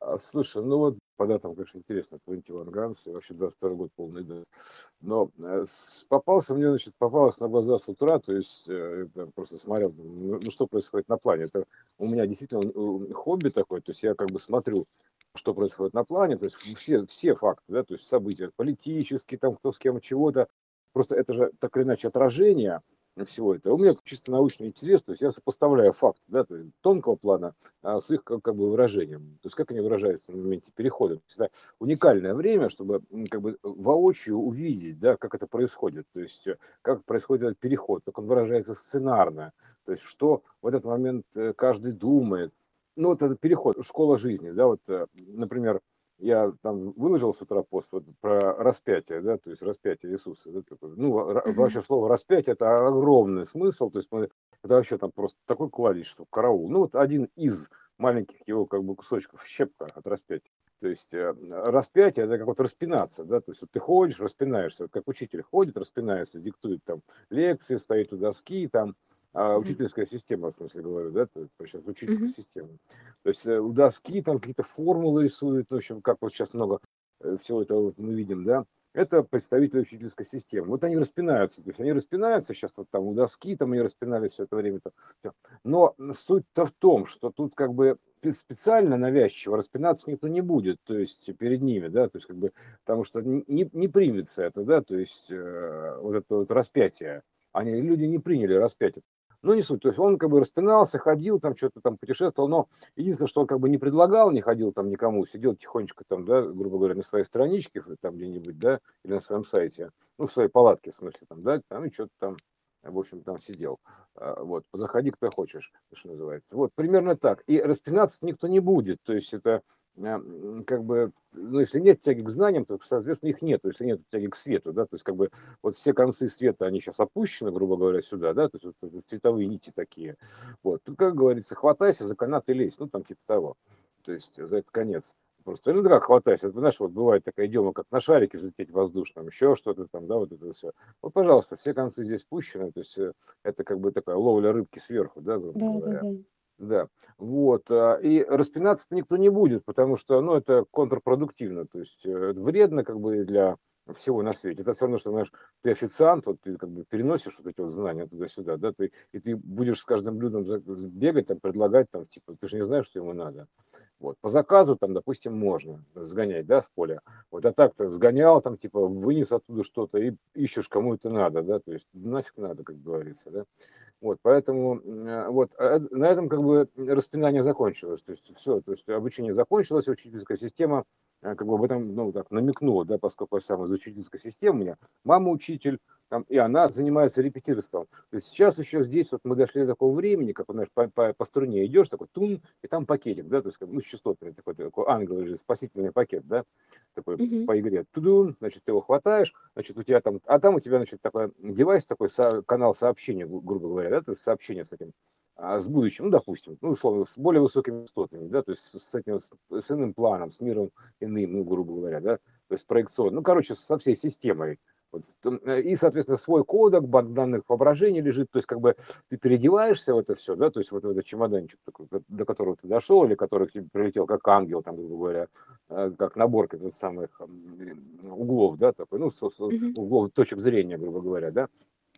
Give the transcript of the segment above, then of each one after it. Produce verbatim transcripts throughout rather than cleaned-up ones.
А, слушай, ну вот по датам, конечно, интересно, двадцать один Guns и вообще двадцать второй год полный дат. Но э, с- попался мне, значит, попалось на глаза с утра, то есть э, это просто смотрел, ну, ну, что происходит на плане. Это у меня действительно э, хобби такое, то есть я как бы смотрю, что происходит на плане, то есть все, все факты, да, то есть события политические, там кто с кем чего-то, просто это же так или иначе отражение всего этого. У меня чисто научный интерес, то есть я сопоставляю факты, да, то есть тонкого плана а, с их как, как бы выражением. То есть как они выражаются на моменте перехода. То есть это уникальное время, чтобы м, как бы воочию увидеть, да, как это происходит. То есть э, как происходит этот переход, как он выражается сценарно. То есть что в этот момент э, каждый думает. Ну, вот этот переход, школа жизни, да, вот, э, например, я там выложил с утра пост вот про распятие, да, то есть распятие Иисуса. Да, такой. Ну, ра- Мгм. вообще слово распятие это огромный смысл, то есть мы, это вообще там просто такой кладезь, что караул. Ну, вот один из маленьких его как бы кусочков, щепка от распятия. То есть э, распятие это как вот распинаться, да, то есть вот ты ходишь, распинаешься, вот как учитель ходит, распинается, диктует там лекции, стоит у доски, там а, Да. учительская система, в смысле говорю, да, то, сейчас учительская Мгм. система. То есть э, у доски там какие-то формулы рисуют, в общем, как вот сейчас много э, всего этого вот мы видим, да, это представители учительской системы. Вот они распинаются, то есть они распинаются сейчас вот там у доски, там они распинались все это время. -то, всё. Но суть-то в том, что тут как бы специально навязчиво распинаться никто не будет, то есть перед ними, да, то есть как бы, потому что не, не примется это, да, то есть э, вот это вот распятие. Они, люди не приняли распятие. Ну, не суть, то есть он как бы распинался, ходил, там что-то там путешествовал, но единственное, что он как бы не предлагал, не ходил там никому, сидел тихонечко там, да, грубо говоря, на своей страничке, там где-нибудь, да, или на своем сайте, ну, в своей палатке, в смысле, там, да, там и что-то там, в общем, там сидел. А, вот, заходи, кто хочешь, что называется. Вот, примерно так. И распинаться никто не будет, то есть это а, м, как бы, ну, если нет тяги к знаниям, то, соответственно, их нет, если нет тяги к свету, да, то есть как бы вот все концы света, они сейчас опущены, грубо говоря, сюда, да, то есть вот это световые нити такие, вот, ну, как говорится, хватайся за канат и лезь, ну, там типа того, то есть за этот конец. Просто, ну, да как хватайся, это, знаешь, вот бывает такая идема, как на шарике взлететь воздушном, еще что-то там, да, вот это все. Вот, пожалуйста, все концы здесь пущены, то есть э, это как бы такая ловля рыбки сверху, да, грубо говоря. Да-да-да. Да, вот, а, и распинаться-то никто не будет, потому что, ну, это контрпродуктивно, то есть э, это вредно как бы для всего на свете. Это все равно, что, знаешь, ты официант, вот ты как бы переносишь вот эти вот знания туда-сюда, да, ты, и ты будешь с каждым блюдом за- бегать, там, предлагать, там, типа, ты же не знаешь, что ему надо. Вот, по заказу, там, допустим, можно сгонять, да, в поле. Вот, а так-то сгонял, там, типа, вынес оттуда что-то и ищешь, кому это надо, да, то есть нафиг надо, как говорится, да. Вот, поэтому э, вот а, на этом как бы распинание закончилось. То есть все, то есть обучение закончилось, учительская система э, как бы об этом, ну, так намекнула, да, поскольку я сам из учительской системы, у меня мама учитель, там, и она занимается репетиторством. То есть сейчас еще здесь вот мы дошли до такого времени, как, вот, знаешь, по, по, по струне идешь, такой тун, и там пакетик, да, то есть, как, ну, с частотами, такой, такой ангел же, спасительный пакет, да, такой Мгм. по игре. Тудун, значит, ты его хватаешь, значит, у тебя там, а там у тебя, значит, такой девайс, такой со- канал сообщения, гру- грубо говоря, да, то есть сообщение с этим, а, с будущим, ну, допустим, ну, условно, с более высокими частотами, да, то есть с с этим, с, с иным планом, с миром иным, ну, грубо говоря, да, то есть проекционно, ну, короче, со всей системой. Вот, э, и, соответственно, свой кодек, банк данных воображения лежит, то есть, как бы, ты переодеваешься в это все, да, то есть, вот в этот чемоданчик такой, до до которого ты дошел, или который к тебе прилетел как ангел, там, грубо говоря, э, как наборка этот самых м, углов, да, такой, ну, со- со- Мгм. углов, точек зрения, грубо говоря, да,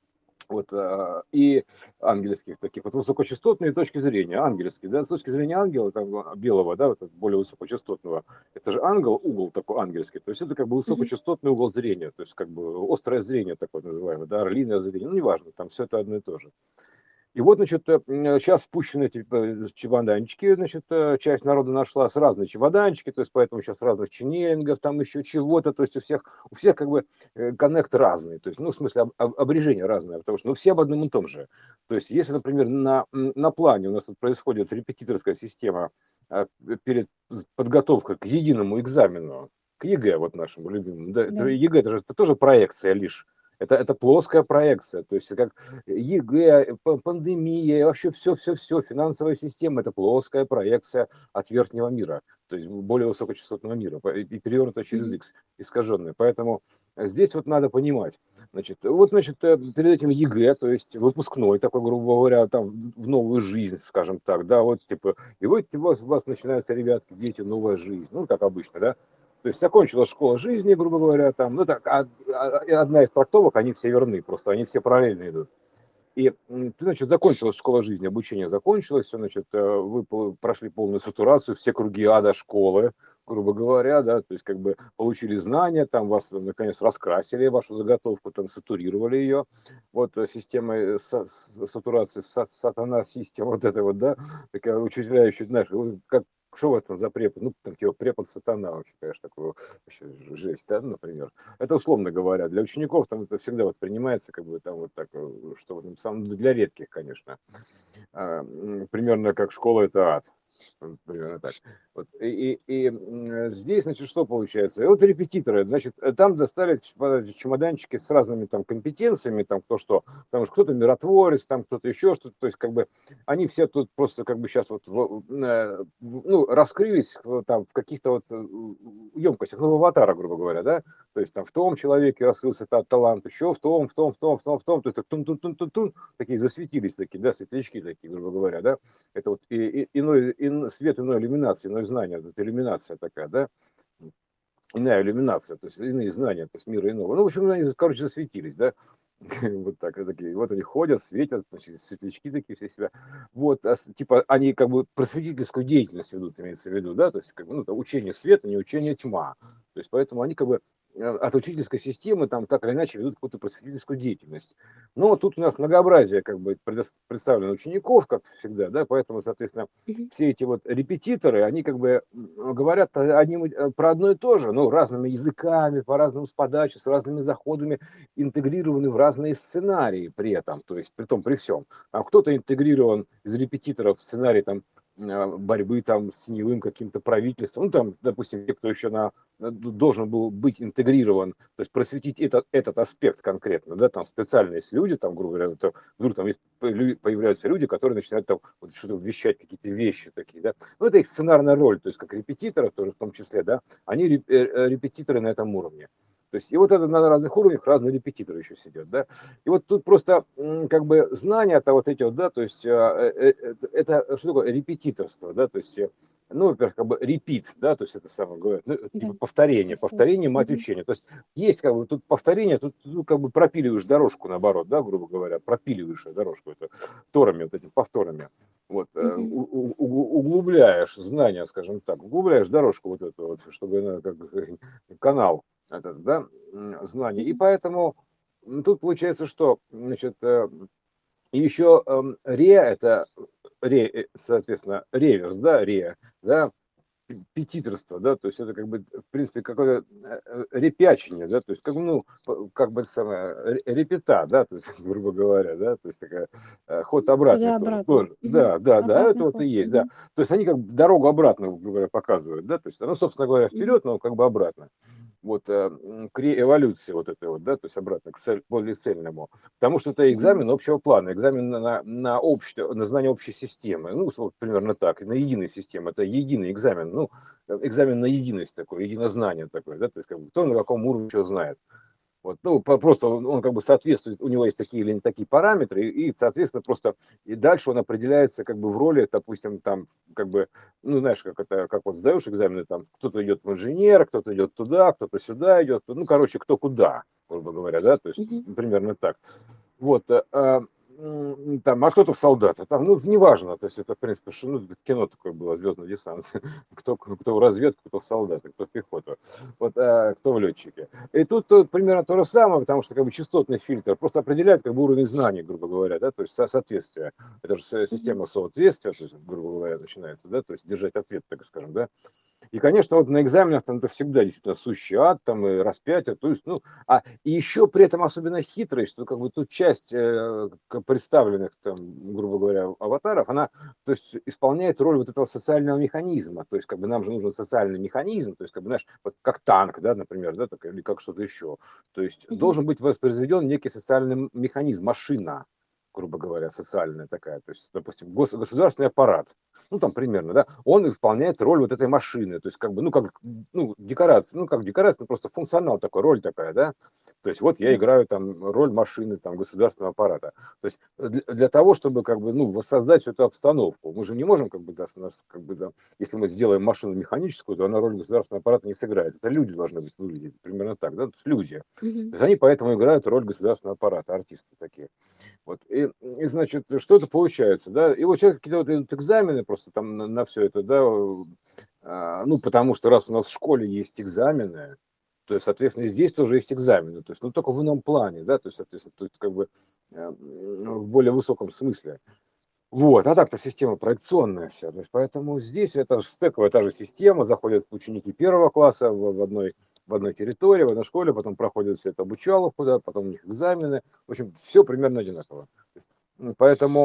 вот, а, и ангельских таких, вот высокочастотные точки зрения, ангельские, да, с точки зрения ангела, там, а, белого, да, вот, более высокочастотного, это же ангел, угол такой ангельский, то есть это как бы Мгм. высокочастотный угол зрения, то есть как бы острое зрение такое называемое, да, орлиное зрение, ну, неважно, там все это одно и то же. И вот, значит, сейчас спущены эти э, чемоданчики, значит, э, часть народа нашлась, разные чемоданчики, то есть поэтому сейчас разных ченнелингов, там еще чего-то, то есть у всех, у всех как бы э, коннект разный, то есть, ну, в смысле, об- об- обрежение разное, потому что, ну, все об одном и том же. То есть, если, например, на, м, на плане у нас тут происходит репетиторская система э, перед з- подготовкой к единому экзамену, к ЕГЭ вот нашему любимому, да, это Да. ЕГЭ, это же это тоже проекция лишь, Это, это плоская проекция, то есть как ЕГЭ, п- пандемия, вообще все-все-все, финансовая система – это плоская проекция от верхнего мира, то есть более высокочастотного мира, по- и перевернута через Мгм. X, искаженная. Поэтому здесь вот надо понимать, значит, вот, значит, э, перед этим ЕГЭ, то есть выпускной такой, грубо говоря, там в новую жизнь, скажем так, да, вот типа, и вот у вас, у вас начинается, ребятки, дети, новая жизнь, ну, как обычно, да, то есть закончилась школа жизни, грубо говоря, там, ну так, а- а- одна из трактовок, они все верны, просто они все параллельно идут. И м, ты, значит, закончилась школа жизни, обучение закончилось, все, значит, э, вы пол- прошли полную сатурацию, все круги ада школы, грубо говоря, да, то есть как бы получили знания, там вас, э, наконец, раскрасили вашу заготовку, там сатурировали ее, вот э, системой са- с- сатурации, са- сатана система, вот это вот, да, такая учителяющая, знаешь, вот как что в этом за препод? Ну, там, типа, препод сатана вообще, конечно, такой вообще жесть, да, например. Это условно говоря. Для учеников там это всегда воспринимается как бы там вот так, э, что в этом самом, для редких, конечно. А, м, примерно как школа – это ад. Вот примерно так. Вот. И, и, и м, здесь, значит, что получается? И вот репетиторы, значит, э, там достали ч- чемоданчики с разными там компетенциями, там кто что, потому что кто-то миротворец, там кто-то еще что-то, то есть как бы они все тут просто как бы сейчас вот в- э, в- ну, раскрылись в- там в каких-то вот э, емкостях, ну, в аватара, грубо говоря, да, то есть там в том человеке раскрылся та- талант, еще в том, в том, в том, в том, в том, то есть так тун-тун-тун-тун-тун, такие засветились такие, да, светлячки такие, грубо говоря, да, это вот и, и, иной, ин- свет иной иллюминации, иное знание, вот иллюминация такая, да, иная иллюминация, то есть иные знания, то есть мира иного. Ну, в общем, они, короче, засветились, да, вот так, вот такие, вот они ходят, светят, значит, светлячки такие все себя, вот, а с- типа, они как бы просветительскую деятельность ведут, имеется в виду, да, то есть, как бы, ну, это учение света, не учение тьма, то есть, поэтому они как бы э, от учительской системы там так или иначе ведут какую-то просветительскую деятельность. Но тут у нас многообразие как бы предос- представлено учеников, как всегда, да, поэтому, соответственно, Мгм. все эти вот репетиторы, они как бы м, говорят одним, э, про одно и то же, ну, разными языками, по-разному с подачи, с разными заходами, интегрированы в разные сценарии при этом, то есть при том, при всем. Там кто-то интегрирован из репетиторов в сценарий там э, борьбы там с теневым каким-то правительством, ну, там, допустим, те, кто еще на, на- должен был быть интегрирован, то есть просветить этот, этот аспект конкретно, да, там специально есть люди, там, грубо говоря, то вдруг там есть, появляются люди, которые начинают там вот что-то вещать, какие-то вещи такие, да, ну, это их сценарная роль, то есть как репетиторов тоже в том числе, да, они реп- э, э, репетиторы на этом уровне. То есть, и вот это на разных уровнях разные репетиторы еще сидят, да. И вот тут просто м, как бы знания-то вот эти вот, да, то есть а, э, э, это что такое репетиторство, да, то есть, э, ну, во-первых, как бы репит, да, то есть это самое говорят, ну, Да, типа повторение, повтор. повторение мать Мгм. учения. То есть есть как бы тут повторение, тут ну, как бы пропиливаешь дорожку наоборот, да, грубо говоря, пропиливаешь дорожку это торами, вот этими повторами. Вот, э, Мгм. у- у- у- углубляешь знания, скажем так, углубляешь дорожку вот эту вот, чтобы она как бы, канал этот, да, м, знаний. И Мгм. поэтому м, тут получается, что, значит, э, еще эм, ре, это, ре, э, соответственно, реверс, да, ре, да, пе- петиторство, да, то есть это как бы, в принципе, какое-то э, э, репячение, да, то есть как, ну, п- как бы это самое, ре- репета, да, то есть, грубо говоря, да, то есть такая э, ход обратный тоже, Туда-обратно. тоже, Мгм. да, да, да, Обратный это вот и ход. есть, да, Мгм. то есть они как бы дорогу обратно, грубо говоря, показывают, да, то есть оно, собственно говоря, Мгм. вперед, но как бы обратно вот э, м, к реэволюции вот этой вот, да, то есть обратно к цель, более цельному. Потому что это Мгм. экзамен общего плана, экзамен на, на, на, общее, на знание общей системы. Ну, вот примерно так, на единой системе. Это единый экзамен, ну, э, экзамен на единость такой, единознание такое, да, то есть как бы, кто на каком уровне что знает. Вот, ну, по- просто он, он как бы соответствует, у него есть такие или не такие параметры, и, и, соответственно, просто и дальше он определяется как бы в роли, допустим, там, как бы, ну, знаешь, как это, как вот сдаешь экзамены, там, кто-то идет в инженер, кто-то идет туда, кто-то сюда идет, ну, короче, кто куда, грубо говоря, да, то есть Мгм. примерно так. Вот, э, а, м, там, а кто-то в солдаты, там, ну, неважно, то есть это, в принципе, что, ну, кино такое было, «Звездный десант», кто, кто в разведку, кто в солдаты, кто в пехоту, вот, а, кто в летчике. И тут, тут примерно то же самое, потому что как бы частотный фильтр просто определяет как бы уровень знаний, грубо говоря, да, то есть со- соответствие. Это же с- Мгм. система соответствия, то есть, грубо говоря, начинается, да, то есть держать ответ, так скажем, да. И, конечно, вот на экзаменах там это всегда действительно сущий ад, там и распятие, то есть, ну, а и еще при этом особенно хитрость, что как бы тут часть э, к- представленных там, грубо говоря, аватаров, она, то есть, исполняет роль вот этого социального механизма, то есть, как бы нам же нужен социальный механизм, то есть, как бы, знаешь, вот как танк, да, например, да, так, или как что-то еще, то есть, Мгм. должен быть воспроизведен некий социальный м- механизм, машина, грубо говоря, социальная такая, то есть, допустим, гос- государственный аппарат, ну, там примерно, да, он выполняет роль вот этой машины, то есть, как бы, ну, как, ну, декорация, ну, как декорация, просто функционал такой, роль такая, да, то есть, вот я Да. играю там роль машины, там, государственного аппарата, то есть, для, для того, чтобы, как бы, ну, воссоздать эту обстановку, мы же не можем, как бы, да, с нас, как бы, да, если мы сделаем машину механическую, то она роль государственного аппарата не сыграет, это люди должны быть выглядеть, примерно так, да, то есть, люди, Мгм. то есть, они поэтому играют роль государственного аппарата, артисты такие. Вот. И, и, значит, что это получается, да? И вот сейчас какие-то вот, идут экзамены просто там на, на все это, да, а, ну, потому что раз у нас в школе есть экзамены, то есть, соответственно, и здесь тоже есть экзамены, то есть, ну, только в ином плане, да, то есть, соответственно, то есть, как бы э, м, в более высоком смысле. Вот, а так-то система проекционная вся, то есть, поэтому здесь это же стековая та же система, заходят ученики первого класса в, в одной в одной территории, в одной школе, потом проходят все это обучаловку, да, потом у них экзамены, в общем, все примерно одинаково. То есть, м, Поэтому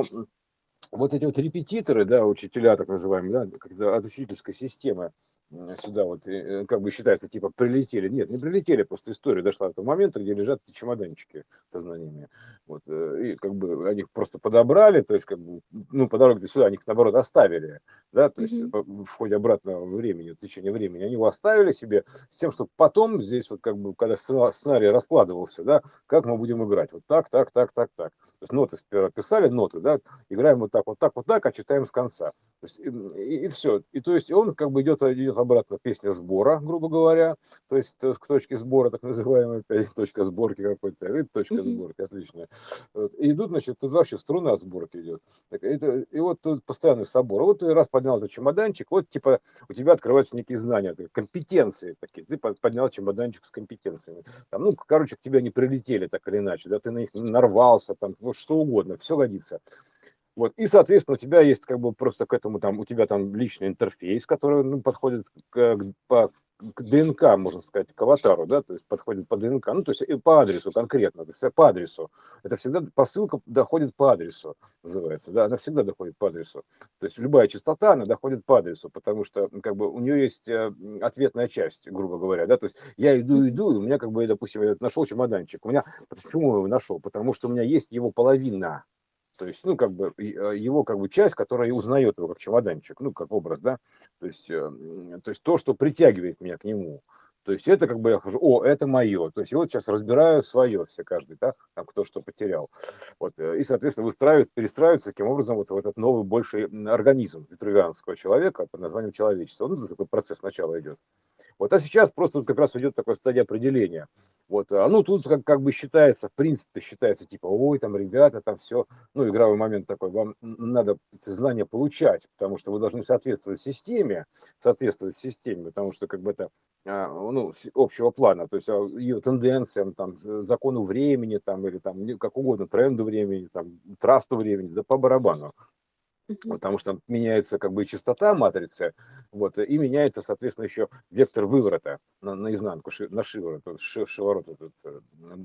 вот эти вот репетиторы, да, учителя так называемые, да, когда от учительской системы м, сюда вот, э, как бы считается, типа, прилетели. Нет, не прилетели, просто история дошла до того момента, где лежат эти чемоданчики со знаниями. Вот, э, и как бы они их просто подобрали, то есть, как бы, ну, по дороге сюда они их, наоборот, оставили, да, то есть Мгм. по- в ходе обратного времени, в течение времени, они его оставили себе с тем, что потом здесь вот как бы, когда сцена- сценарий раскладывался, да, как мы будем играть, вот так, так, так, так, так. То есть ноты сперва писали, ноты, да, играем вот так, вот так, вот так, а читаем с конца. То есть, и, и, и все. И то есть он как бы идет, идет обратно песня сбора, грубо говоря, то есть то- к точке сбора, так называемой, опять точка сборки какой-то, и точка Мгм. сборки, отлично. Вот. И идут, значит, тут вообще струна сборки идет. Так, это, и вот тут постоянный собор. Вот ты раз поднял этот чемоданчик, вот типа у тебя открываются некие знания, такие компетенции такие. Ты под- поднял чемоданчик с компетенциями. Там, ну, короче, к тебе они прилетели так или иначе, да, ты на них нарвался, там, вот что угодно, все годится. Вот. И, соответственно, у тебя есть как бы просто к этому там, у тебя там личный интерфейс, который ну, подходит к, по, к ДНК, можно сказать, к аватару, да, то есть подходит по ДНК, ну, то есть и по адресу конкретно, то есть по адресу. Это всегда посылка доходит по адресу, называется, да, она всегда доходит по адресу. То есть любая частота, она доходит по адресу, потому что как бы у нее есть э, ответная часть, грубо говоря, да, то есть я иду, Мгм. иду, и у меня как бы, допустим, я нашел чемоданчик, у меня, почему я его нашел? Потому что у меня есть его половина, то есть, ну, как бы, и, э, его, как бы, часть, которая узнает его как чемоданчик, ну, как образ, да, то есть, э, м, то есть то, что притягивает меня к нему. То есть это как бы я хожу, о, это мое. То есть и вот сейчас разбираю свое все каждый, да, там кто что потерял. Вот, э, и, соответственно, выстраивается, перестраивается таким образом вот в этот новый больший м, организм витрувианского человека под названием человечество. Ну, такой процесс сначала идет. Вот, а сейчас просто вот как раз идет такая стадия определения. Вот, а, ну, тут как, как бы считается, в принципе, считается, типа, ой, там, ребята, там все, ну, игровой момент такой, вам надо эти знания получать, потому что вы должны соответствовать системе, соответствовать системе, потому что, как бы, это, а, ну, с общего плана, то есть а, ее тенденциям, там, закону времени, там, или там, не- как угодно, тренду времени, там, трасту времени, да по барабану. Мгм. Потому что меняется как бы и частота матрицы, вот, и меняется, соответственно, еще вектор выворота на, наизнанку, ши, на шиворот, вот, ши, шиворот этот, э,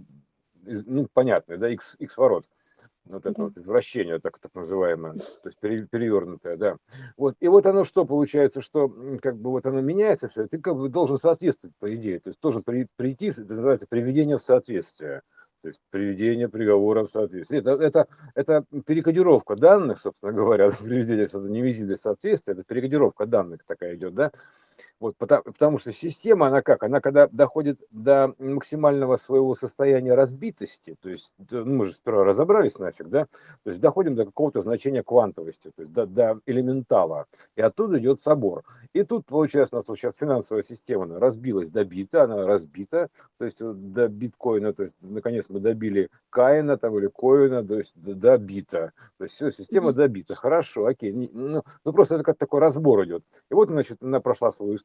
из- ну, понятный, да, x, x ворот, вот это Да. вот извращение, так, так называемое, то есть пере- перевернутое, да. Вот, и вот оно что получается, что м, как бы вот оно меняется все, ты как бы должен соответствовать, по идее, то есть должен при- прийти, это называется приведение в соответствие. То есть приведение приговора в соответствие. Это, это, это перекодировка данных, собственно говоря, приведение в соответствие, не визит в соответствие, это перекодировка данных такая идет, да. Вот, потому, потому что система, она как? Она когда доходит до максимального своего состояния разбитости, то есть, д- ну, мы же сперва разобрались нафиг, да, то есть доходим до какого-то значения квантовости, то есть до, до элементала, и оттуда идет собор. И тут, получается, у нас вот сейчас финансовая система, она разбилась до бита, она разбита, то есть вот до биткоина, то есть наконец мы добили Каина там или Коина, то есть до, до бита, то есть все, система Мгм. добита, хорошо, окей, Не- ну, ну просто это как такой разбор идет. И вот, значит, она прошла свою историю,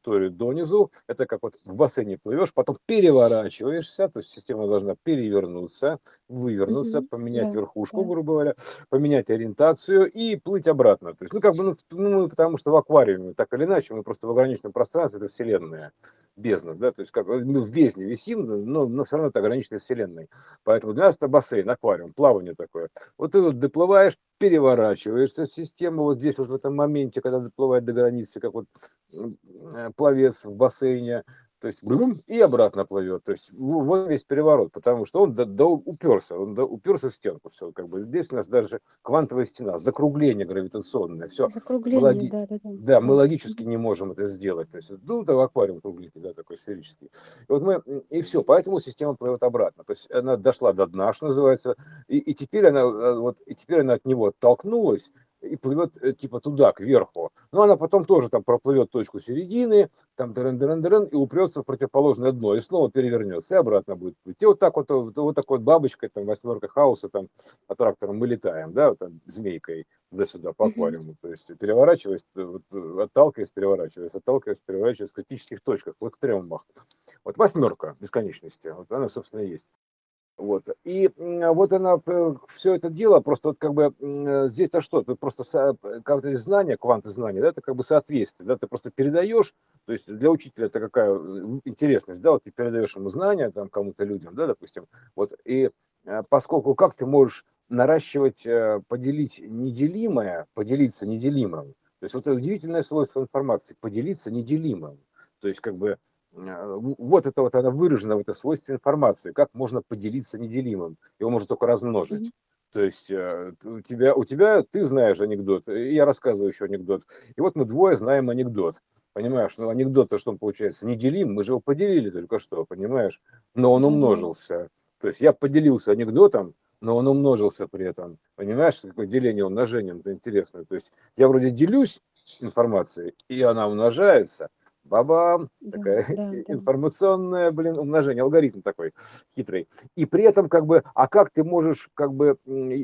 траекторию донизу, это как вот в бассейне плывешь, потом переворачиваешься, то есть система должна перевернуться, вывернуться, Мгм. поменять Да, верхушку, да. грубо говоря, поменять ориентацию и плыть обратно. То есть, ну, как бы, ну, в- ну, мы потому что в аквариуме, так или иначе, мы просто в ограниченном пространстве, это вселенная, бездна, да, то есть как бы мы в бездне висим, но, но все равно это ограниченная вселенной. Поэтому для нас это бассейн, аквариум, плавание такое. Вот ты вот доплываешь, переворачиваешься, система вот здесь вот в этом моменте, когда доплывает до границы, как вот м, э, пловец в бассейне, то есть брум, и обратно плывет. То есть в- вот весь переворот, потому что он до, до уперся, он до- уперся в стенку. Все, как бы здесь у нас даже квантовая стена, закругление гравитационное. Все, мы Закругление, логи... да-да-да. да, мы Да. логически Мгм. не можем это сделать. То есть, ну, это аквариум кругленький, да, такой сферический. И вот мы, м, и все, поэтому система плывет обратно. То есть она дошла до дна, что называется, и, и теперь она э, вот, и теперь она от него оттолкнулась и плывет э, типа туда, кверху. Но она потом тоже там проплывет точку середины, там дырын, дырын, дырын, и упрется в противоположное дно, и снова перевернется, и обратно будет плыть. И вот так вот, вот, вот такой вот бабочкой, там, восьмерка хаоса, там, а трактором мы летаем, да, вот там, змейкой туда-сюда по Мгм. аквариуму, то есть переворачиваясь, э, вот, э, отталкиваясь, переворачиваясь, отталкиваясь, переворачиваясь в критических точках, в экстремумах. Вот восьмерка бесконечности, вот она, собственно, и есть. Вот. И м, вот она, все это дело, просто вот как бы м, здесь-то что, ты просто со- как-то знания, кванты знаний, да, это как бы соответствие, да, ты просто передаешь, то есть для учителя это какая э, интересность, да, вот ты передаешь ему знания, там, кому-то людям, да, допустим, вот, и э, поскольку как ты можешь наращивать, э, поделить неделимое, поделиться неделимым, то есть вот это удивительное свойство информации, поделиться неделимым, то есть как бы а, вот это вот она выражена в это свойстве информации, как можно поделиться неделимым. Его можно только Мгм. размножить. То есть э, у тебя, у тебя, ты знаешь анекдот, и я рассказываю еще анекдот. И вот мы двое знаем анекдот. Понимаешь, ну анекдот-то что он получается? Неделим, мы же его поделили только что, понимаешь? Но он Да-да. умножился. То есть я поделился анекдотом, но он умножился при этом. Понимаешь, какое деление умножением, это интересно. То есть я вроде делюсь информацией, и она умножается, баба, Да, такая да, да. информационное, блин, умножение, алгоритм такой хитрый. И при этом как бы, а как ты можешь как бы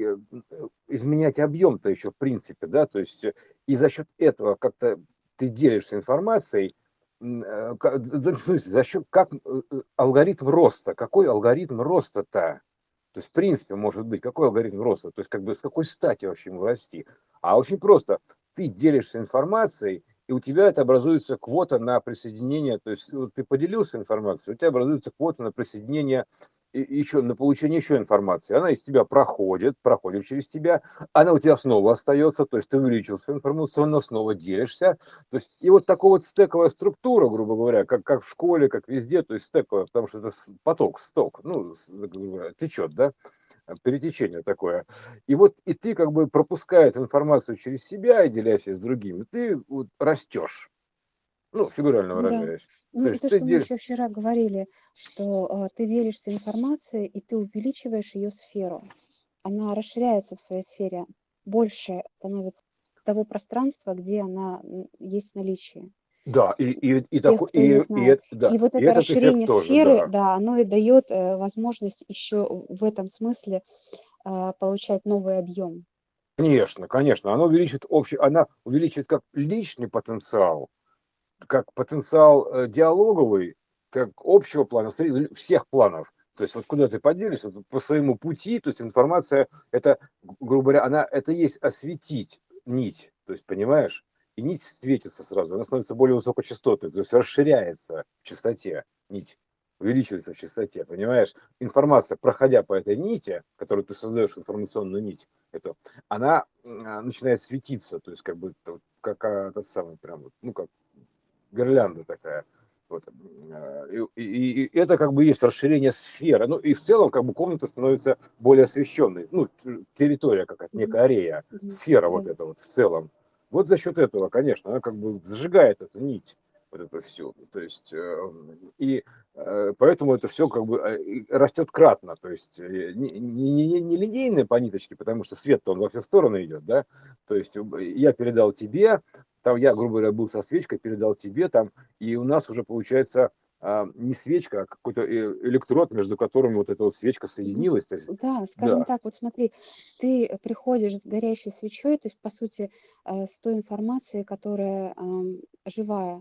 изменять объем-то еще в принципе, да, то есть э, и за счет этого как-то ты делишься информацией, э, за, за счет как э, э, алгоритм роста, какой алгоритм роста-то? То есть, в принципе, может быть, какой алгоритм роста? То есть, как бы с какой стати вообще ему расти? А очень просто. Ты делишься информацией, и у тебя это образуется квота на присоединение. То есть, вот ты поделился информацией, у тебя образуется квота на присоединение еще на получение еще информации. Она из тебя проходит, проходит через тебя, она у тебя снова остается, то есть ты увеличился информационно, снова делишься. То есть и вот такая вот стековая структура, грубо говоря, как, как в школе, как везде, то есть стековая, потому что это поток, сток, ну, течет, да, перетечение такое. И вот и ты как бы пропуская эту информацию через себя и делясь с другими, ты вот растешь, ну, фигурально Да. выражаясь. Ну То и есть то, ты что мы делишь, еще вчера говорили, что а, ты делишься информацией, и ты увеличиваешь ее сферу. Она расширяется в своей сфере, больше становится того пространства, где она м, есть в наличии. да, и, и, и, Тех, такой, кто ее и, и, знает. э- да, И вот и это этот эффект расширение тоже, сферы, да. да, оно и дает э, возможность еще в этом смысле а, получать новый объем. Конечно, конечно, она увеличит общий, она увеличивает как личный потенциал, как потенциал э, диалоговый, как общего плана, среди всех планов. То есть вот куда ты поделишься, вот по своему пути, то есть информация, это, грубо говоря, она, это есть осветить нить, то есть понимаешь, и нить светится сразу, она становится более высокочастотной, то есть расширяется в частоте нить, увеличивается в частоте, понимаешь? Информация, проходя по этой нити, которую ты создаешь, информационную нить, эту, она а, начинает светиться, то есть как бы как а, тот самый прям, вот, ну как гирлянда такая. Вот. А, И, и- и это как бы есть расширение сферы. Ну и в целом как бы комната становится более освещенной. Ну, территория какая-то, Мгм. некая арея, Мгм. сфера Да. вот эта вот в целом. Вот за счет этого, конечно, она как бы зажигает эту нить, вот это все. То есть, э, и э, поэтому это все как бы э, и растет кратно. То есть э, не, не, не- не линейно по ниточке, потому что свет-то он во все стороны идет, да. То есть э, я передал тебе, там я, грубо говоря, был со свечкой, передал тебе там, и у нас уже получается а, не свечка, а какой-то э- электрод, между которыми вот эта вот свечка Ну, с- соединилась. То есть, да, скажем да, так, вот смотри, ты приходишь с горящей свечой, то есть, по сути, э, с той информацией, которая ам, живая,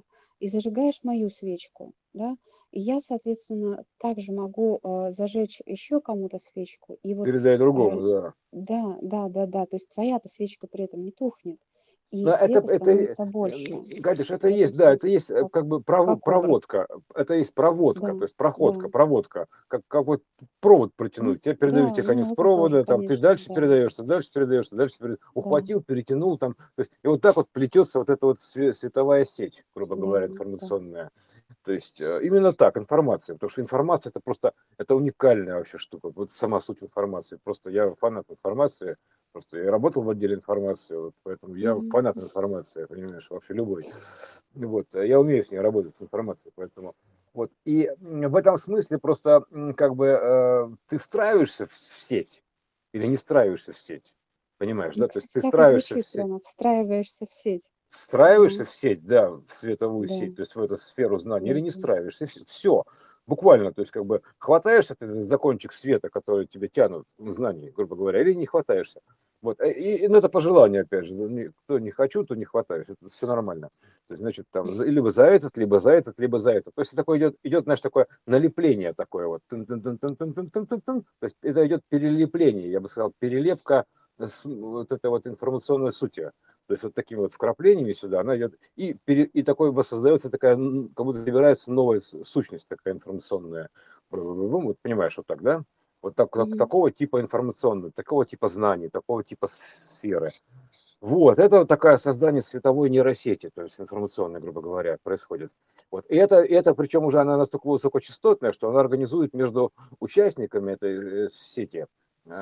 и зажигаешь мою свечку, да, и я, соответственно, также могу э, зажечь еще кому-то свечку, и вот Передай э, другому, да. да, да, да, да, то есть твоя-то свечка при этом не тухнет, и Но это, света это, э, становится больше. Гадиш, это В этом есть, да, это смысле, есть э, как, как бы прово- как образ. проводка, это есть Да, проводка, то есть да, проходка, проводка, как, как вот провод ну, протянуть. Тебе да, передают тебе ну конец это тоже, провода, там ты конечно, дальше да, передаешь, ты дальше передаешь, ты дальше передаешь, да, ухватил, перетянул там, то есть и вот так вот плетется вот эта вот све- световая сеть, грубо да, говоря, да. информационная. То есть э, именно так, информация, потому что информация это просто, это уникальная вообще штука, вот сама суть информации. Просто я фанат информации, просто я работал в отделе информации, вот, поэтому я Мгм. фанат информации, понимаешь, вообще любой. Вот, э, я умею с ней работать, с информацией, поэтому вот. И м, в этом смысле просто м, как бы э, ты встраиваешься в сеть или не встраиваешься в сеть, понимаешь, Ну, да? То есть кстати, ты так и встраиваешься в звучит сеть, прямо, встраиваешься в сеть. Да, встраиваешься в сеть, да, в световую да, сеть, то есть в эту сферу знаний, да, или не да. встраиваешься, все, буквально, то есть как бы хватаешься ты за кончик света, который тебе тянут знаний, грубо говоря, или не хватаешься. Вот, э, и, и, ну, это по желанию, опять же, ну, не- кто не хочу, то не хватаюсь, это все нормально. То есть, значит, там, за- либо за этот, либо за этот, либо за этот. То есть, такое идет, идет, знаешь, такое налепление такое вот. Тын-тын-тын-тын-тын-тын-тын-тын. То есть, это идет перелепление, я бы сказал, перелепка с- вот этой вот информационной сути. То есть вот такими вот вкраплениями сюда она идет, и, пере- и такой создается такая, м, как будто собирается новая с- сущность такая информационная. Бру-бру-бру. Вот понимаешь, вот так, да? Вот так, так- Мгм. такого типа информационной, такого типа знаний, такого типа с- сферы. Вот, это вот такое создание световой нейросети, то есть информационной, грубо говоря, происходит. Вот. И это, и это причем уже она настолько высокочастотная, что она организует между участниками этой э, сети э,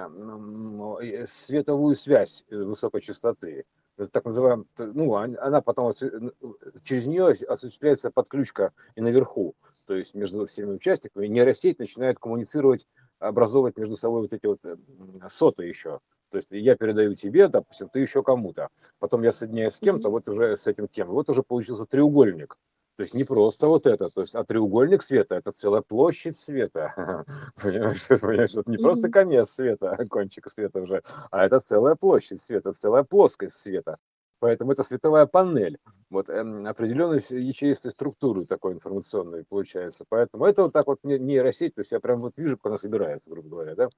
м, э, световую связь э, высокой частоты. Это так называемая, ну, он- она потом осу- через нее осуществляется подключка и наверху, то есть между всеми участниками. И нейросеть начинает коммуницировать, образовывать между собой вот эти вот э, м, соты еще. То есть я передаю тебе, допустим, ты еще кому-то. Потом я соединяюсь с кем-то, Мгм. вот уже с этим тем. Вот уже получился треугольник. То есть не просто вот это, то есть, а треугольник света – это целая площадь света. Понимаешь, понимаешь, это не просто Мгм. конец света, кончик света уже, а это целая площадь света, целая плоскость света. Поэтому это световая панель, вот эм, определенной с- ячеистой структуры такой информационной получается. Поэтому это вот так вот не- нейросеть, то есть я прям вот вижу, как она собирается, грубо говоря, да.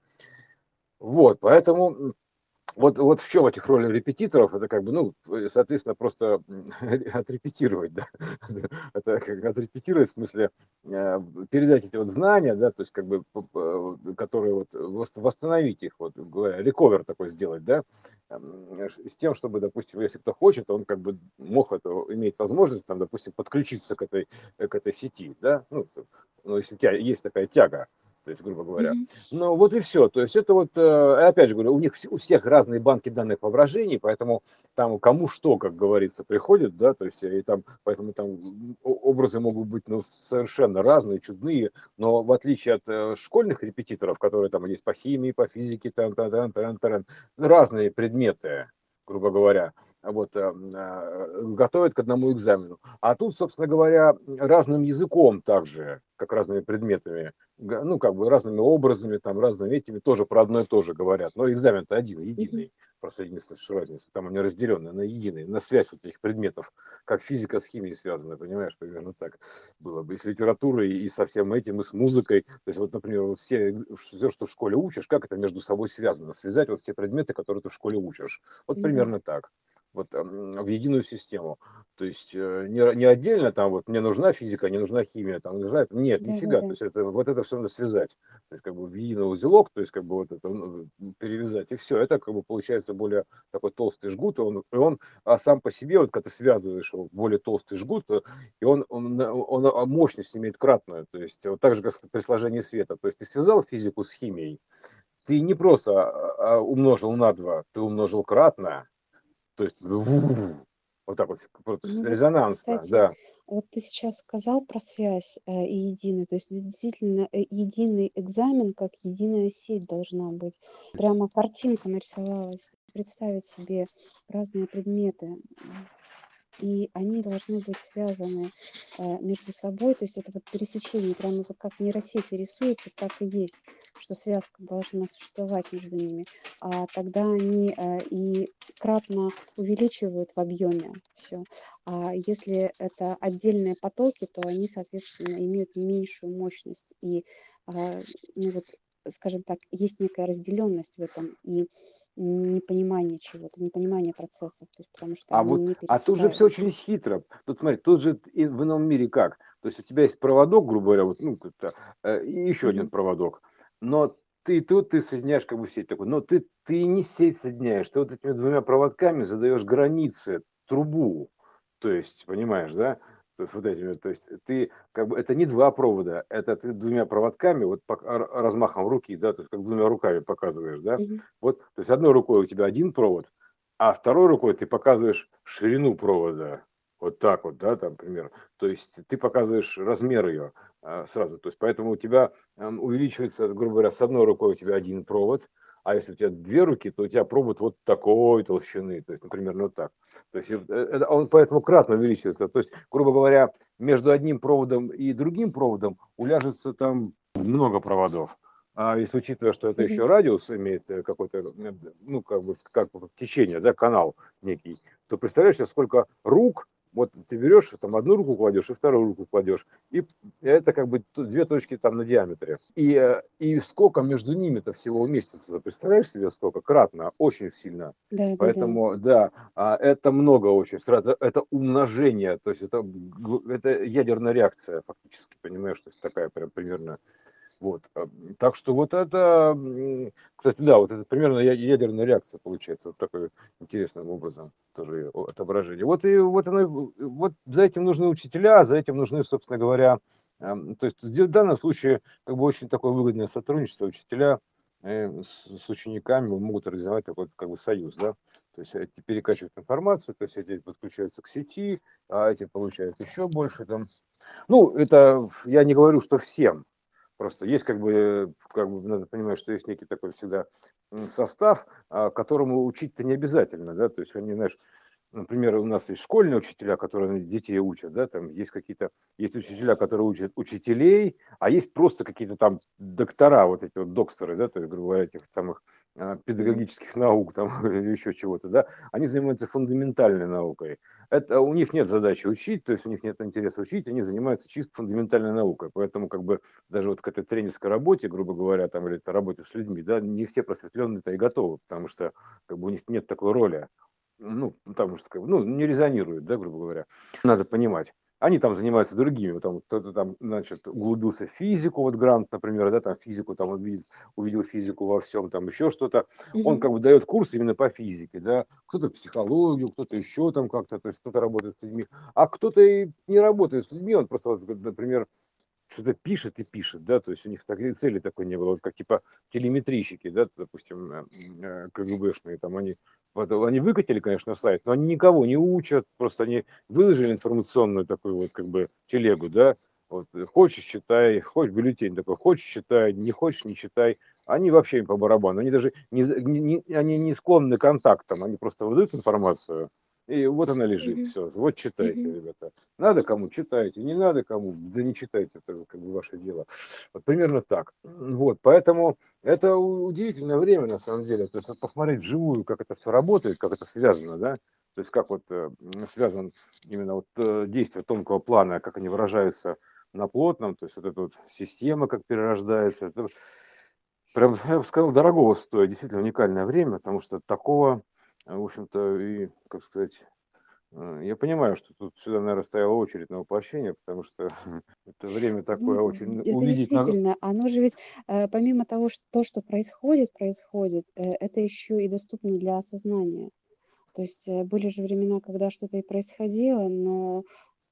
Вот, поэтому вот, вот в чем этих роль репетиторов, это как бы, ну, э, соответственно, просто м, отрепетировать, да, это как отрепетировать, в смысле, э, передать эти вот знания, да, то есть как бы, п- п- которые вот, вос- восстановить их, вот, говоря, рековер такой сделать, да, эм, ш- с тем, чтобы, допустим, если кто хочет, он как бы мог это, иметь возможность, там, допустим, подключиться к этой, э, к этой сети, да, ну, с- ну, если у тебя есть такая тяга, то есть, грубо говоря, Мгм. ну, вот и все. То есть это вот, э, опять же говорю, у них вс- у всех разные банки данных воображений, поэтому там кому что, как говорится, приходит, да, то есть и там, поэтому там м, о- образы могут быть, ну, совершенно разные, чудные, но в отличие от э, школьных репетиторов, которые там есть по химии, по физике, там, там, там, там, там, разные предметы, грубо говоря, вот, э, э, готовят к одному экзамену. А тут, собственно говоря, разным языком также, как разными предметами, га- ну, как бы разными образами, там, разными этими тоже про одно и то же говорят. Но экзамен-то один, Мгм. единый. Просто единственная что разница. Там они разделены на единый, на связь вот этих предметов, как физика с химией связана, понимаешь, примерно так было бы. И с литературой, и со всем этим, и с музыкой. То есть, вот, например, вот все, все, что в школе учишь, как это между собой связано? Связать вот все предметы, которые ты в школе учишь. Вот Да. примерно так. Вот м, в единую систему. То есть э, не, не отдельно там вот мне нужна физика, не нужна химия, там нужна... Нет, нифига. То Да-да-да. есть это, вот это все надо связать. То есть как бы в единый узелок, то есть как бы вот это ну, перевязать. И все. Это как бы получается более такой толстый жгут. И он, и он а сам по себе, вот когда ты связываешь его, в более толстый жгут, э, и он, он, на- он, а, мощность имеет кратную. То есть вот так же, как при сложении света. То есть ты связал физику с химией, ты не просто а, а, умножил на два, ты умножил кратно, то есть вот так вот, вот Ну вот, резонансно, кстати, да. вот ты сейчас сказал про связь э, и единую, то есть действительно э, единый экзамен как единая сеть должна быть. Прямо картинка нарисовалась. Представить себе разные предметы. и они должны быть связаны э, между собой. То есть это вот пересечение, прямо вот как нейросети рисуют, вот так и есть, что связка должна существовать между ними. А тогда они э, и кратно увеличивают в объеме все. А если это отдельные потоки, то они, соответственно, имеют меньшую мощность. И, а, ну вот, скажем так, есть некая разделенность в этом и непонимание чего-то, непонимание процессов, то есть потому что А они вот, не а тут же все пересекаются. очень хитро. Тут смотри, тут же и в ином мире как? То есть у тебя есть проводок, грубо говоря, вот, ну, как-то, э, и еще один Мгм. проводок. Но ты тут ты соединяешь как бы сеть такой, но ты, ты не сеть соединяешь, ты вот этими двумя проводками задаешь границы, трубу. То есть, понимаешь, да? То есть, вот этими, то есть ты как бы это не два провода, это ты двумя проводками, вот пок- р- размахом руки, да, то есть как двумя руками показываешь, да? Мгм. Вот, то есть одной рукой у тебя один провод, а второй рукой ты показываешь ширину провода. Вот так вот, да, там примерно. То есть ты показываешь размер ее а, сразу. То есть поэтому у тебя ам, увеличивается, грубо говоря, с одной рукой у тебя один провод, а если у тебя две руки, то у тебя провод вот такой толщины. То есть, например, ну вот так. То есть э, это- он поэтому кратно увеличивается. То есть, грубо говоря, между одним проводом и другим проводом уляжется там много проводов. А если учитывая, что это Мгм. еще радиус имеет э, какой-то, э, ну, как бы, как бы течение, да, канал некий, то представляешь себе, сколько рук, вот ты берешь, там одну руку кладешь и вторую руку кладешь, и это как бы ту- две точки там на диаметре. И, э, и сколько между ними-то всего уместится, представляешь себе, сколько? Кратно, очень сильно. Да, да, да. Поэтому, да, а, это много очень, сразу, это умножение, то есть это, г- это ядерная реакция фактически, понимаешь, то есть такая прям примерно вот. а, Так что вот это, м, кстати, да, вот это примерно я- ядерная реакция получается, вот такой интересным образом тоже о- отображение. Вот и вот оно, и- вот за этим нужны учителя, за этим нужны, собственно говоря, ам, то есть в данном случае как бы очень такое выгодное сотрудничество учителя э, с, с учениками могут организовать такой вот как бы союз, да, то есть эти перекачивают информацию, то есть эти подключаются к сети, а эти получают еще больше там. Ну, это я не говорю, что всем, просто есть как бы, как бы надо понимать, что есть некий такой всегда м, состав, а, которому учить-то не обязательно, да, то есть они, знаешь, например, у нас есть школьные учителя, которые детей учат, да, там есть какие-то, есть учителя, которые учат учителей, а есть просто какие-то там доктора, вот эти вот докторы, да, то есть, грубо говоря, этих самых а, Мгм. педагогических наук там или еще чего-то, да, они занимаются фундаментальной наукой. Это у них нет задачи учить, то есть у них нет интереса учить, они занимаются чисто фундаментальной наукой, поэтому как бы даже вот к этой тренерской работе, грубо говоря, там или это работе с людьми, да, не все просветленные-то и готовы, потому что как бы у них нет такой роли, ну, потому что, как бы, ну, не резонирует, да, грубо говоря. Надо понимать. Они там занимаются другими, вот там вот кто-то там, значит, углубился в физику, вот Грант, например, да, там физику, там он видит, увидел физику во всем, там еще что-то. Он Мгм. как бы дает курс именно по физике, да, кто-то в психологию, кто-то еще там как-то, то есть кто-то работает с людьми, а кто-то и не работает с людьми, он просто, вот, например, что-то пишет и пишет, да, то есть у них такой цели такой не было, вот как типа телеметрийщики, да, допустим, э, э, КГБшные, там они, вот, они выкатили, конечно, сайт, но они никого не учат, просто они выложили информационную такую вот как бы телегу, да, вот, э, хочешь читай, хочешь бюллетень такой, хочешь читай, не хочешь не читай, они вообще им по барабану, они даже не, за- не- не- они не склонны к контактам, они просто выдают информацию, и вот она лежит, Мгм. все, вот читайте, Мгм. ребята. Надо кому читайте, не надо кому, да не читайте, это как бы ваше дело. Вот примерно так. Вот, поэтому это у- удивительное время на самом деле. То есть вот посмотреть вживую, как это все работает, как это связано, да, то есть как вот э, м, связан именно вот э, действие тонкого плана, как они выражаются на плотном, то есть вот эта вот система, как перерождается, это прям, я бы сказал, дорогого стоит, действительно уникальное время, потому что такого, э, в общем-то, и, как сказать, Э, я понимаю, что тут сюда, наверно, стояла очередь на воплощение, потому что это время такое Ну, очень это увидеть на. действительно, оно же ведь, э, помимо того, что то, что происходит, происходит, э, это еще и доступно для осознания. То есть э, были же времена, когда что-то и происходило, но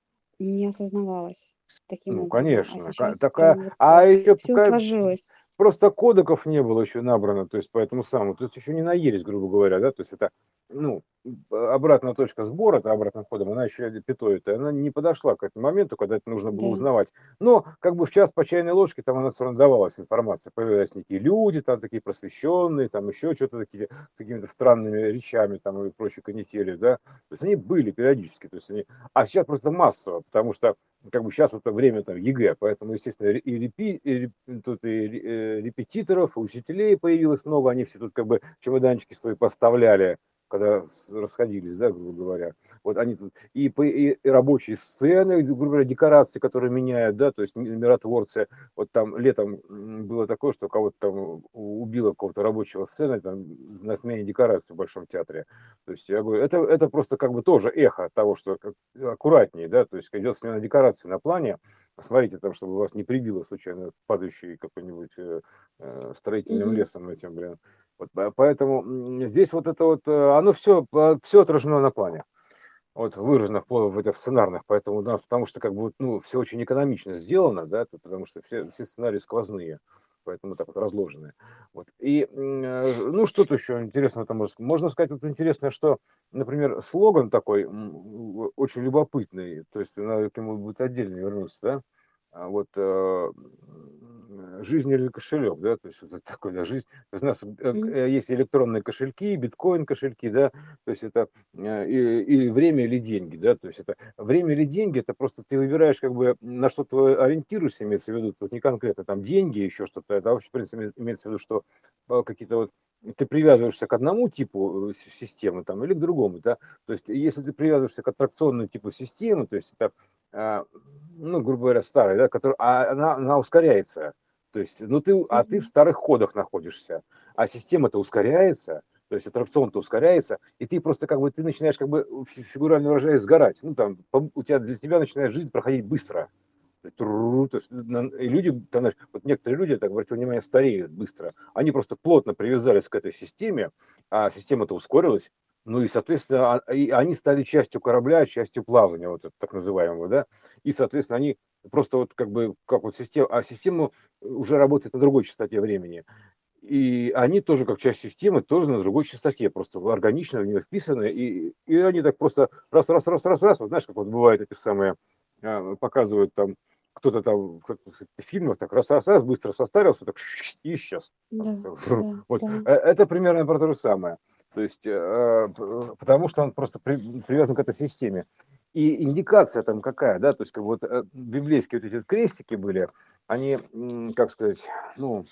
не осознавалось таким Ну, образом. А конечно, ка сейчас такая, прям вот а еще все пока сложилось. просто кодеков не было еще набрано, то есть поэтому самому, то есть еще не наелись, грубо говоря, да, то есть это ну, обратная точка сбора, это обратным ходом, она еще пятой, она не подошла к этому моменту, когда это нужно было Да. узнавать. Но как бы в час по чайной ложке там у нас все равно давалась информация. Появлялись некие люди, там такие просвещенные, там еще что-то такие, с какими-то странными речами там и прочей канители, да. То есть они были периодически, то есть они... А сейчас просто массово, потому что как бы сейчас это время там ЕГЭ, поэтому, естественно, и, репи, и реп- тут и э, репетиторов, и учителей появилось много, они все тут как бы чемоданчики свои поставляли, когда с- расходились, да, грубо говоря. Вот они тут и, по- и, и рабочие сцены, грубо говоря, декорации, которые меняют, да, то есть ми- миротворцы. Вот там летом м, было такое, что кого-то там у- убило какого-то рабочего сцены там, на смене декорации в Большом театре. То есть я говорю, это, это просто как бы тоже эхо того, что как- аккуратнее, да, то есть когда идет смена декорации на плане, смотрите там, чтобы вас не прибило случайно падающий какой-нибудь э, э, строительным Мгм. лесом этим, блин. Вот, по- поэтому м, здесь вот это вот, э, оно все, все отражено на плане, вот выражено в, в, это, в сценарных, поэтому, да, потому что как бы, вот, ну, все очень экономично сделано, да, то- потому что все, все сценарии сквозные, поэтому так вот разложены. Вот. И, м, э, ну, что-то еще интересного там можно сказать. Можно сказать, вот интересно, что, например, слоган такой м, очень любопытный, то есть надо к нему будет отдельно вернуться, да, а вот э, м, жизнь или кошелек, да, то есть вот это такой, да, жизнь. То есть у нас э, Мгм. э, есть электронные кошельки, биткоин кошельки, да, то есть это э, и, или время или деньги, да, то есть это время или деньги, это просто ты выбираешь как бы на что ты ориентируешься, имеется в виду, тут не конкретно там деньги, еще что-то, это вообще в принципе имеется в виду, что э, какие-то вот ты привязываешься к одному типу э, с- системы там или к другому, да, то есть если ты привязываешься к аттракционному типу системы, то есть это а, ну, грубо говоря, старая, да, которая, а она, она ускоряется. То есть, ну ты, а ты в Мгм. старых ходах находишься, а система-то ускоряется, то есть аттракцион-то ускоряется, и ты просто как бы, ты начинаешь как бы, фи- фигурально выражаясь, сгорать. Ну там, по- у тебя, для тебя начинает жизнь проходить быстро. То есть, тру-ру-ру, то есть, на- и люди, там, знаешь, вот некоторые люди, так обратил внимание, стареют быстро. Они просто плотно привязались к этой системе, а система-то ускорилась, ну и, соответственно, а- и они стали частью корабля, частью плавания, вот это так называемого, да, и, соответственно, они просто вот как бы, как вот система, а система уже работает на другой частоте времени. И они тоже, как часть системы, тоже на другой частоте, просто органично в нее вписаны, и, и они так просто раз, раз, раз, раз, раз, вот знаешь, как вот бывает эти самые, а, показывают там, кто-то там в каких-то фильмах так раз, раз, раз, быстро состарился, так и исчез. Да, да, Вот. да. Э, Это примерно про то же самое. То есть, э, п- потому что он просто при- привязан к этой системе. И индикация там какая, да, то есть как бы вот э, библейские вот эти вот крестики были, они, м, как сказать, ну,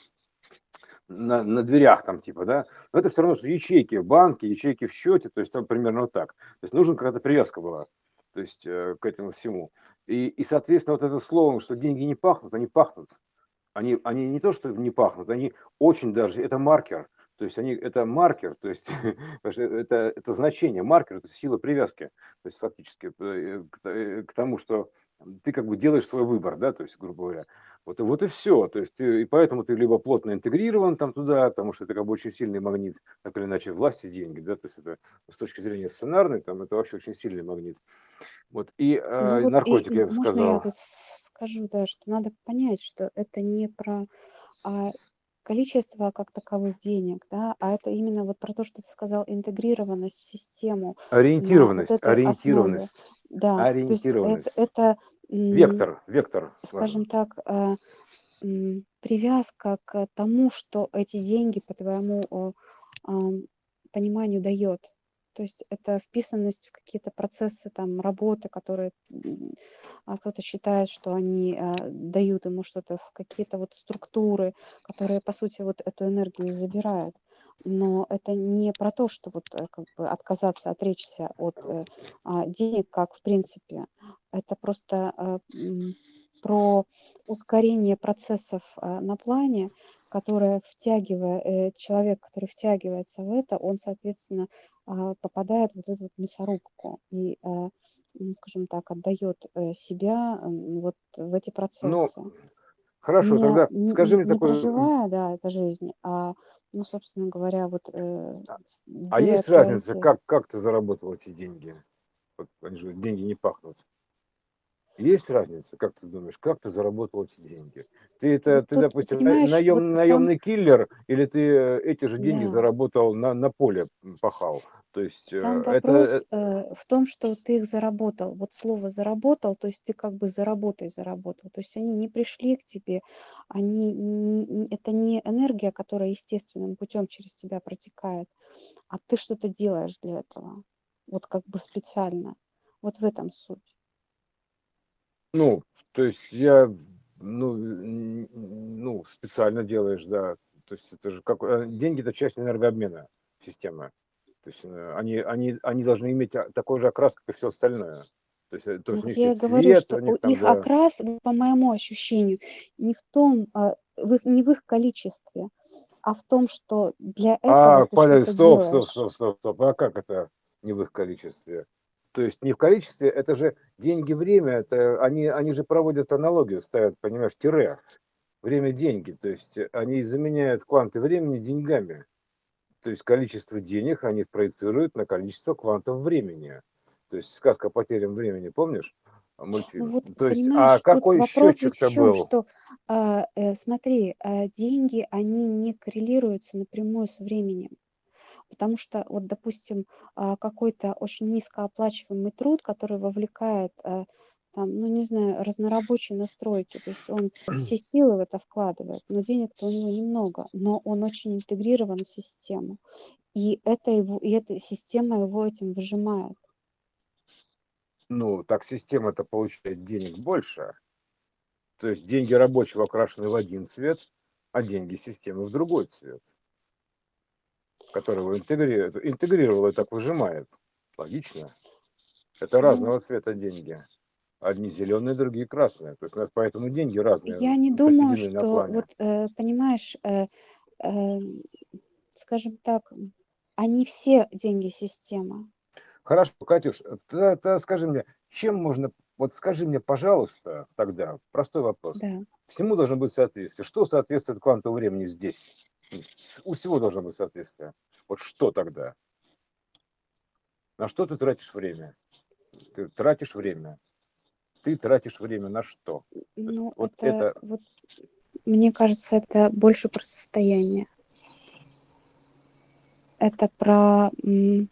на, на дверях там типа, да, но это все равно, что ячейки в банке, ячейки в счете, то есть там примерно вот так. То есть нужна какая-то привязка была, то есть э, к этому всему. И, и, соответственно, вот это слово, что деньги не пахнут, они пахнут. Они, они не то, что не пахнут, они очень даже, это маркер, то есть они, это маркер, то есть это, это значение, маркер, это сила привязки, то есть фактически э, к, э, к тому, что ты как бы делаешь свой выбор, да, то есть, грубо говоря. Вот, и вот и все, то есть ты, и поэтому ты либо плотно интегрирован там туда, потому что это как бы очень сильный магнит, так или иначе, власть и деньги, да, то есть это с точки зрения сценарной, там это вообще очень сильный магнит. Вот, и Ну э, вот и наркотики, м я бы можно я сказал, тут скажу, да, что надо понять, что это не про, а, количество как таковых денег, да, а это именно вот про то, что ты сказал, интегрированность в систему на вот ориентированность, этой основе. ориентированность, Да, то есть это ориентированность. это, м, Вектор, вектор скажем важен. так, а, м, привязка к тому, что эти деньги, по твоему, о, ам, пониманию, дает. То есть это вписанность в какие-то процессы там работы, которые, м, а кто-то считает, что они, а, дают ему что-то, в какие-то вот структуры, которые, по сути, вот эту энергию забирают. Но это не про то, что вот, э, как бы отказаться, отречься от, э, а, денег, как в принципе. Это просто, а, м, про ускорение процессов, а, на плане, которое, втягивая, э, человек, который втягивается в это, он, соответственно, а, попадает в вот эту вот мясорубку и, а, ну, скажем так, отдает, э, себя, м, вот в эти Ну, процессы. хорошо, Не тогда скажи н мне не такой, м, проживая, да, это жизнь, а, ну, собственно говоря, вот, э, а с а делая есть разница, приоритет. как, как ты заработал эти деньги? Вот они же деньги не пахнут. Есть разница, как ты думаешь, как ты заработал эти деньги? Ты это, Вот ты, тут, допустим, на- понимаешь, вот наем, сам, наемный киллер, или ты э, эти же деньги да, заработал на, на поле м, пахал? То есть э, сам это, э, вопрос э, в том, что ты их заработал. Вот слово заработал, то есть ты как бы заработай заработал. То есть они не пришли к тебе, они, не- не- это не энергия, которая естественным путем через тебя протекает, а ты что-то делаешь для этого. Вот как бы специально. Вот в этом суть. ну, то есть я, ну, н- ну, специально делаешь, да. То есть это же как э, деньги это часть энергообмена системы. То есть э, они, они, они должны иметь а, такой же окрас, как и все остальное. То есть, э, то Ну есть у вот них я и есть говорю, цвет, у что у них там, их да. окрас, вот по моему ощущению, не в том, а, в их, не в их количестве, а в том, что для этого А, ты поля, что-то стоп, стоп, делаешь. стоп, стоп, стоп. А как это не в их количестве? То есть не в количестве, это же деньги, время, это они, они же проводят аналогию, ставят, понимаешь, тире. Время, деньги. То есть э, они заменяют кванты времени деньгами. То есть количество денег они проецируют на количество квантов времени. То есть сказка о потерям времени, помнишь? А, Ну Мультфильм. вот, То есть, а понимаешь, тут какой вопрос ведь в счетчик-то чем, был? что, а, э, смотри, а, деньги, они не коррелируются напрямую с временем. Потому что, вот, допустим, а, какой-то очень низкооплачиваемый труд, который вовлекает, э, там, ну, не знаю, разнорабочие настройки, то есть он все силы в это вкладывает, но денег-то у него немного, но он очень интегрирован в систему, и это его, и эта система его этим выжимает. Ну, так система-то получает денег больше. То есть деньги рабочего окрашены в один цвет, а деньги системы в другой цвет, который его интегрирует, интегрировал и так выжимает. Логично. Это Ну, разного цвета деньги. Одни зеленые, другие красные. То есть у нас поэтому деньги разные я не думаю, определены на что, плане. вот, э, понимаешь, э, эм, скажем так, они все деньги системы, Хорошо, Катюш, тогда, тогда скажи мне, чем можно, вот скажи мне, пожалуйста, тогда, простой вопрос. да. Всему должно быть соответствие. Что соответствует квантовому времени здесь? У всего должно быть соответствие. Вот что тогда? На что ты тратишь время? Ты тратишь время. Ты тратишь время на что? То есть Ну, вот это это, вот, мне кажется, это больше про состояние. Это про, м,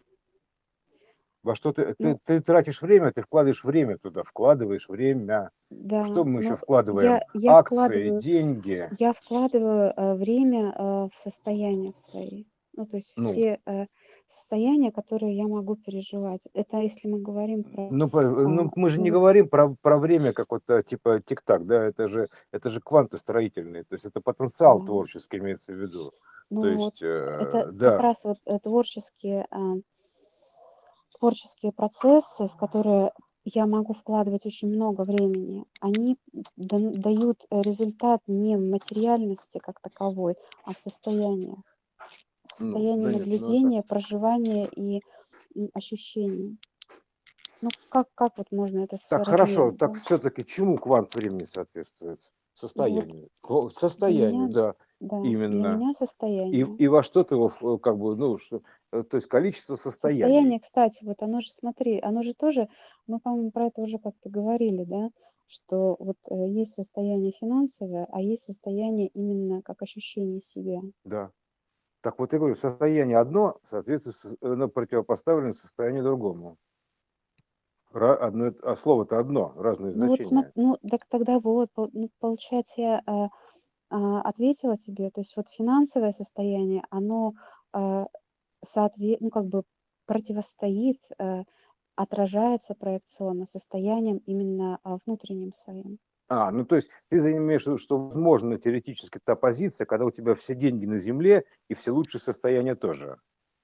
во что ты, ты, ну ты тратишь время, ты вкладываешь время туда, вкладываешь время. да, Что мы еще но вкладываем? я я Акции, вкладываю деньги. я вкладываю, э, время, э, в состояния в свои. Ну, то есть в Ну, те, э, состояния, которые я могу переживать. Это если мы говорим про, Ну, по- а, ну, мы же ну не вот, говорим про, про время как вот э, типа тик-так, да, это же, это же кванты строительные, то есть это потенциал да. творческий имеется в виду. То Ну вот есть, э, это как да, раз вот, э, творческие, а творческие процессы, в которые я могу вкладывать очень много времени, они дан- дают э, результат не в материальности как таковой, а в состояниях, в ну, состоянии да нет, ну это... наблюдения, проживания и м, ощущений. Ну, как, как вот можно это Так, хорошо, соразмерить, так да? все-таки чему квант времени соответствует? Ну вот Состоянию. Ко- для Состоянию, меня, да, да, для именно. меня И, состояние. и во что ты его, в- как бы, ну, что, э, то есть количество состояний. Состояние, кстати, вот оно же, смотри, оно же тоже, мы, по-моему, про это уже как-то говорили, да, что вот э, есть состояние финансовое, а есть состояние именно как ощущение себя. Да. Так вот я говорю, состояние одно соответствует, со- э, ну, противопоставлено состоянию другому. Ра- одно, и- а слово-то одно, разные Ну вот смотри, значения. ну так тогда вот, пол- ну, получается, я а, а, ответила тебе, то есть вот финансовое состояние, оно а, соотве- ну, как бы противостоит, э, отражается проекционно состоянием именно а, внутренним своим. А, ну то есть ты имеешь в виду, что возможно теоретически та позиция, когда у тебя все деньги на земле и все лучшие состояния тоже.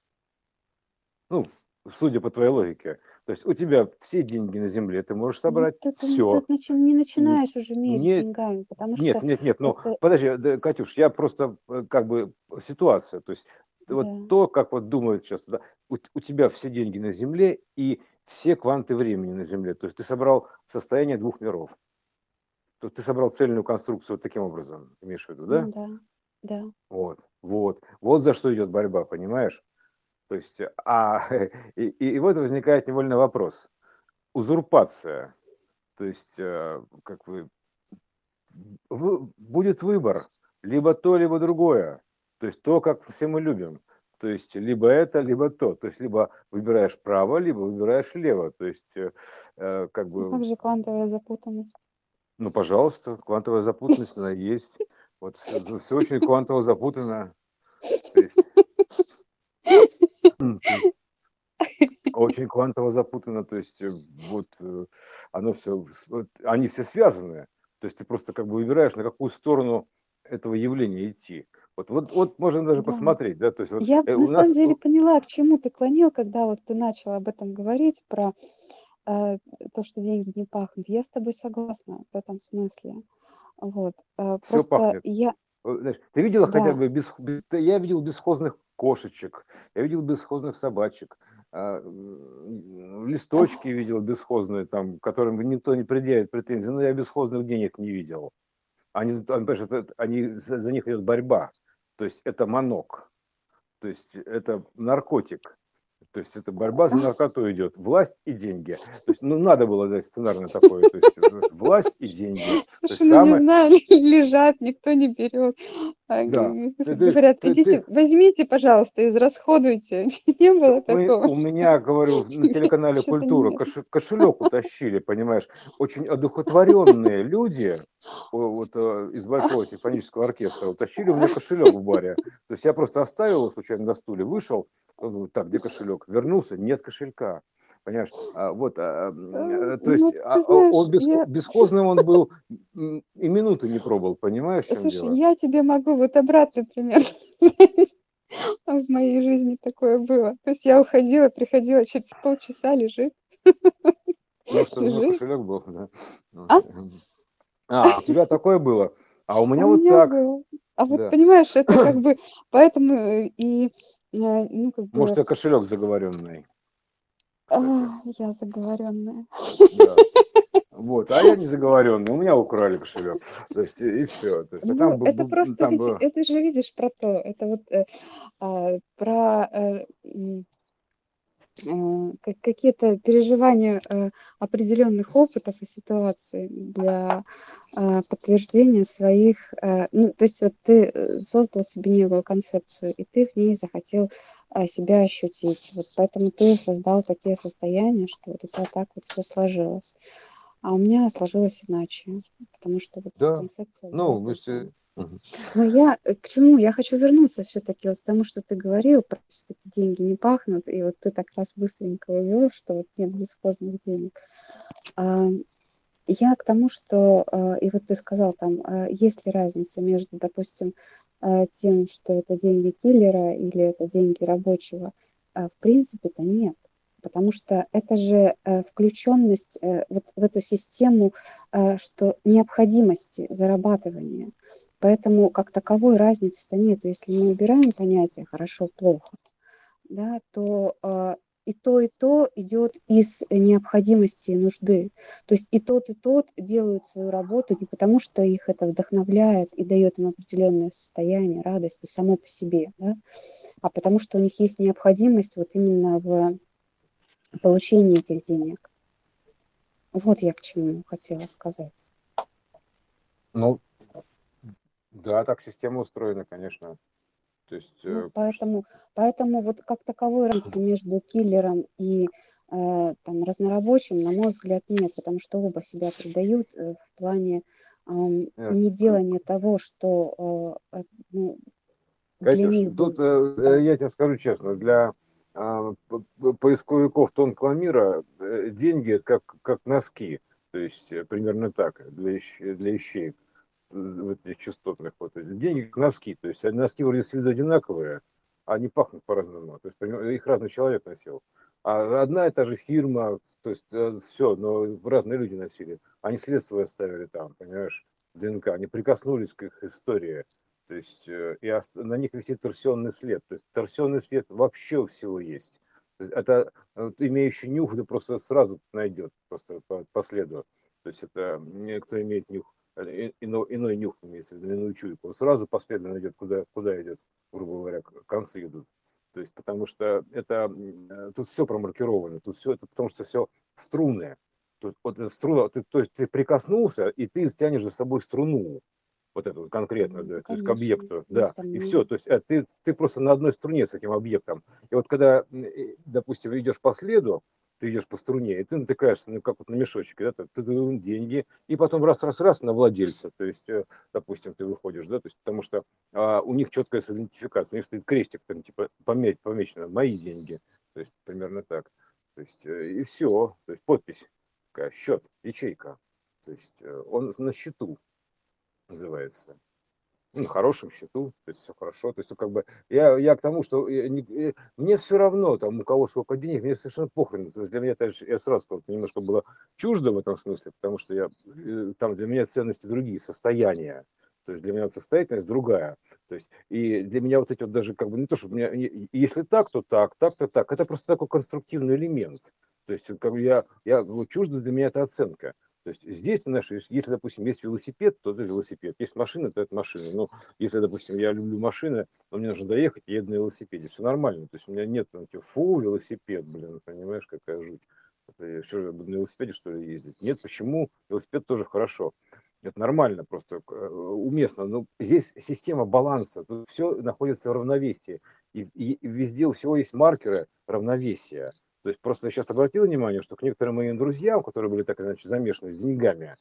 Ну, судя по твоей логике. То есть у тебя все деньги на земле, ты можешь Ну, собрать ты, ты, ты все. начи- не И начинаешь уже мерить не, деньгами, потому нет, что нет, нет, ну это, подожди, да, Катюш, я просто э, как бы ситуация. То есть вот да, то, как вот думают сейчас, да, у, у тебя все деньги на земле и все кванты времени на земле. То есть ты собрал состояние двух миров. То есть ты собрал цельную конструкцию вот таким образом, имеешь в виду, ну да? да, да. Вот, вот, вот за что идет борьба, понимаешь? То есть, а, и, и, и вот возникает невольный вопрос. Узурпация. То есть, э, как вы, вы- будет выбор, либо то, либо другое. То есть то, как все мы любим. То есть либо это, либо то. То есть либо выбираешь право, либо выбираешь лево. То есть э, э, как Ну, бы, как же квантовая запутанность? ну, пожалуйста, квантовая запутанность, она есть. Вот все, все очень квантово запутано. То есть, м, то есть очень квантово запутано. То есть э, вот э, оно все, они все связаны. То есть ты просто как бы выбираешь, на какую сторону этого явления идти. Вот, вот, вот можно даже Да. посмотреть, да, то есть вот Я э, на у нас, самом деле э, поняла, к чему ты клонил, когда вот ты начал об этом говорить, про э, то, что деньги не пахнут. Я с тобой согласна в этом смысле. Вот. Э, все просто пахнет. я, Э, знаешь, ты видела хотя да, бы без, без- я видел бесхозных кошечек, я видел бесхозных собачек, а, м, листочки видел бесхозные, там, которым никто не предъявит претензий, но я бесхозных денег не видел. Они, они, понимаешь, это- они, за, за них идет борьба. То есть это манок, то есть это наркотик. То есть это борьба за наркоту идет. Власть и деньги. То есть, ну, надо было дать сценарий такой. То есть э, власть и деньги. То есть слушай, ну не самое... знаю, лежат, никто не берет. А, Да. г- Ты, ты, Говорят, ты, ты- идите, возьмите, пожалуйста, израсходуйте. Не было у, такого. у меня, говорю, на телеканале Что-то «Культура» нет. коше- кошелек утащили, понимаешь. Очень одухотворенные люди о, вот, э, из Большого симфонического оркестра утащили у меня кошелек в баре. То есть я просто оставил его случайно на стуле, вышел, э, ну, так, где кошелек? Вернулся, нет кошелька. Понимаешь, а, вот, а, Э, м, э, то есть Ну, а, ты а, знаешь, он бесхо- я, бесхозным он был, м, и минуты не пробовал, понимаешь, в чем слушай, дело? я тебе могу вот обратный пример сказать. В моей жизни такое было. То есть я уходила, приходила, через полчаса лежит, Ну, что мой лежит. кошелек был, да. Вот, А? эм. А, у тебя такое было, а у У меня вот меня так, было. А вот да. понимаешь, это как бы поэтому э, и, э, ну, как Может, бы, у тебя кошелек заговоренный, а, кстати, я заговоренная. да. Вот, а я не заговоренный, у меня украли кошелек, то есть и, и все, то есть, а Ну, там, бу- это бу- просто там ведь, было, это же видишь про то, это вот э, а, про э, м, э, ка- какие-то переживания э, определенных опытов и ситуаций для э, подтверждения своих, э, ну, то есть вот ты э, создал себе некую концепцию, и ты в ней захотел э, себя ощутить. Вот поэтому ты создал такие состояния, что вот у тебя так вот все сложилось. А у меня сложилось иначе, потому что вот да, концепция была ну, другая. если, мгм. Но я э, к чему? Я хочу вернуться все-таки вот к тому, что ты говорил, про все-таки деньги не пахнут, и вот ты так раз быстренько увел, что вот нет бесхозных денег. А, я к тому, что, а, и вот ты сказал там, а, есть ли разница между, допустим, а, тем, что это деньги киллера или это деньги рабочего? А, в принципе-то нет. Потому что это же э, включенность э, вот в эту систему, э, что необходимости зарабатывания. Поэтому как таковой разницы-то нет. Если мы убираем понятие хорошо-плохо, да, то э, и то, и то идет из необходимости и нужды. То есть и тот, и тот делают свою работу не потому, что их это вдохновляет и дает им определенное состояние радости само по себе, да, а потому что у них есть необходимость вот именно в получении этих денег. Вот я к чему хотела сказать. Ну, да, так система устроена, конечно, то есть, Ну, э, ш- поэтому, поэтому вот как таковой разницы между киллером и э, там, разнорабочим, на мой взгляд, нет, потому что оба себя предают э, в плане ам, нет, неделания того, что э, э, ну, для Катюш, них тут бы, э, э, да, я тебе скажу честно, для а, п- п- поисковиков тонкого мира э, деньги это как, как носки, то есть э, примерно так для, ищ- для ищеек э, вот этих частотных. Вот. эти деньги как носки, то есть носки вроде с виду одинаковые, а они пахнут по-разному, то есть поним- их разный человек носил. А одна и та же фирма, то есть все, но разные люди носили. Они следствие оставили там, понимаешь, ДНК, они прикоснулись к их истории. То есть э, и ос- на них висит торсионный след. То есть торсионный след вообще у всего есть. То есть это э, вот имеющий нюх, да просто сразу найдет, просто по, по следу. То есть это м, кто имеет нюх, э, ино- иной нюх, имеется в виду, иную чуйку, он сразу по следу найдет, куда, куда идет, грубо говоря, к- концы идут. То есть потому что это м, э, тут все промаркировано, тут все это потому что все струнное. То есть вот эта струна, ты, то есть ты прикоснулся, и ты тянешь за собой струну, вот эту вот конкретно, Ну да, да, то есть к конечно, объекту, да, и все, несомненно. то есть э, ты, ты просто на одной струне с этим объектом. И вот когда, м, э, допустим, идешь по следу, ты идешь по струне, и ты натыкаешься, ну, как вот на мешочек, да, ты, ты деньги, и потом раз-раз-раз на владельца, то есть, э, допустим, ты выходишь, да, то есть, потому что а, у них четкая идентификация, у них стоит крестик, там, типа, помечь, помечено, мои деньги, то есть, примерно так, то есть, э, и все, то есть, подпись, такая, счет, ячейка, то есть, э, он на счету называется. Ну, на хорошем счету, то есть все хорошо. То есть, ну, как бы, я, я к тому, что я не- э, мне все равно, там, у кого сколько денег, мне совершенно похрен. То есть для меня, это, ж- я сразу сказал, это немножко было чуждо в этом смысле, потому что я, э, там для меня ценности другие, состояния. То есть для меня состоятельность другая. То есть, и для меня вот эти вот даже, как бы, не то, что у меня, не- если так, то так, так-то так. Это просто такой конструктивный элемент. То есть, как бы я, я, вот чуждо для меня это оценка. То есть здесь, знаешь, если, если, допустим, есть велосипед, то это велосипед. Есть машина, то это машина. Ну, если, допустим, я люблю машины, но мне нужно доехать, я еду на велосипеде. Все нормально. То есть у меня нет, там, типа, фу, велосипед, блин, понимаешь, какая жуть. Это я, что же, я буду на велосипеде, что ли, ездить? Нет, почему? Велосипед тоже хорошо. Это нормально, просто э, уместно. Но здесь система баланса, тут все находится в равновесии. И, и везде у всего есть маркеры равновесия. То есть просто я сейчас обратил внимание, что к некоторым моим друзьям, которые были так или иначе замешаны с деньгами,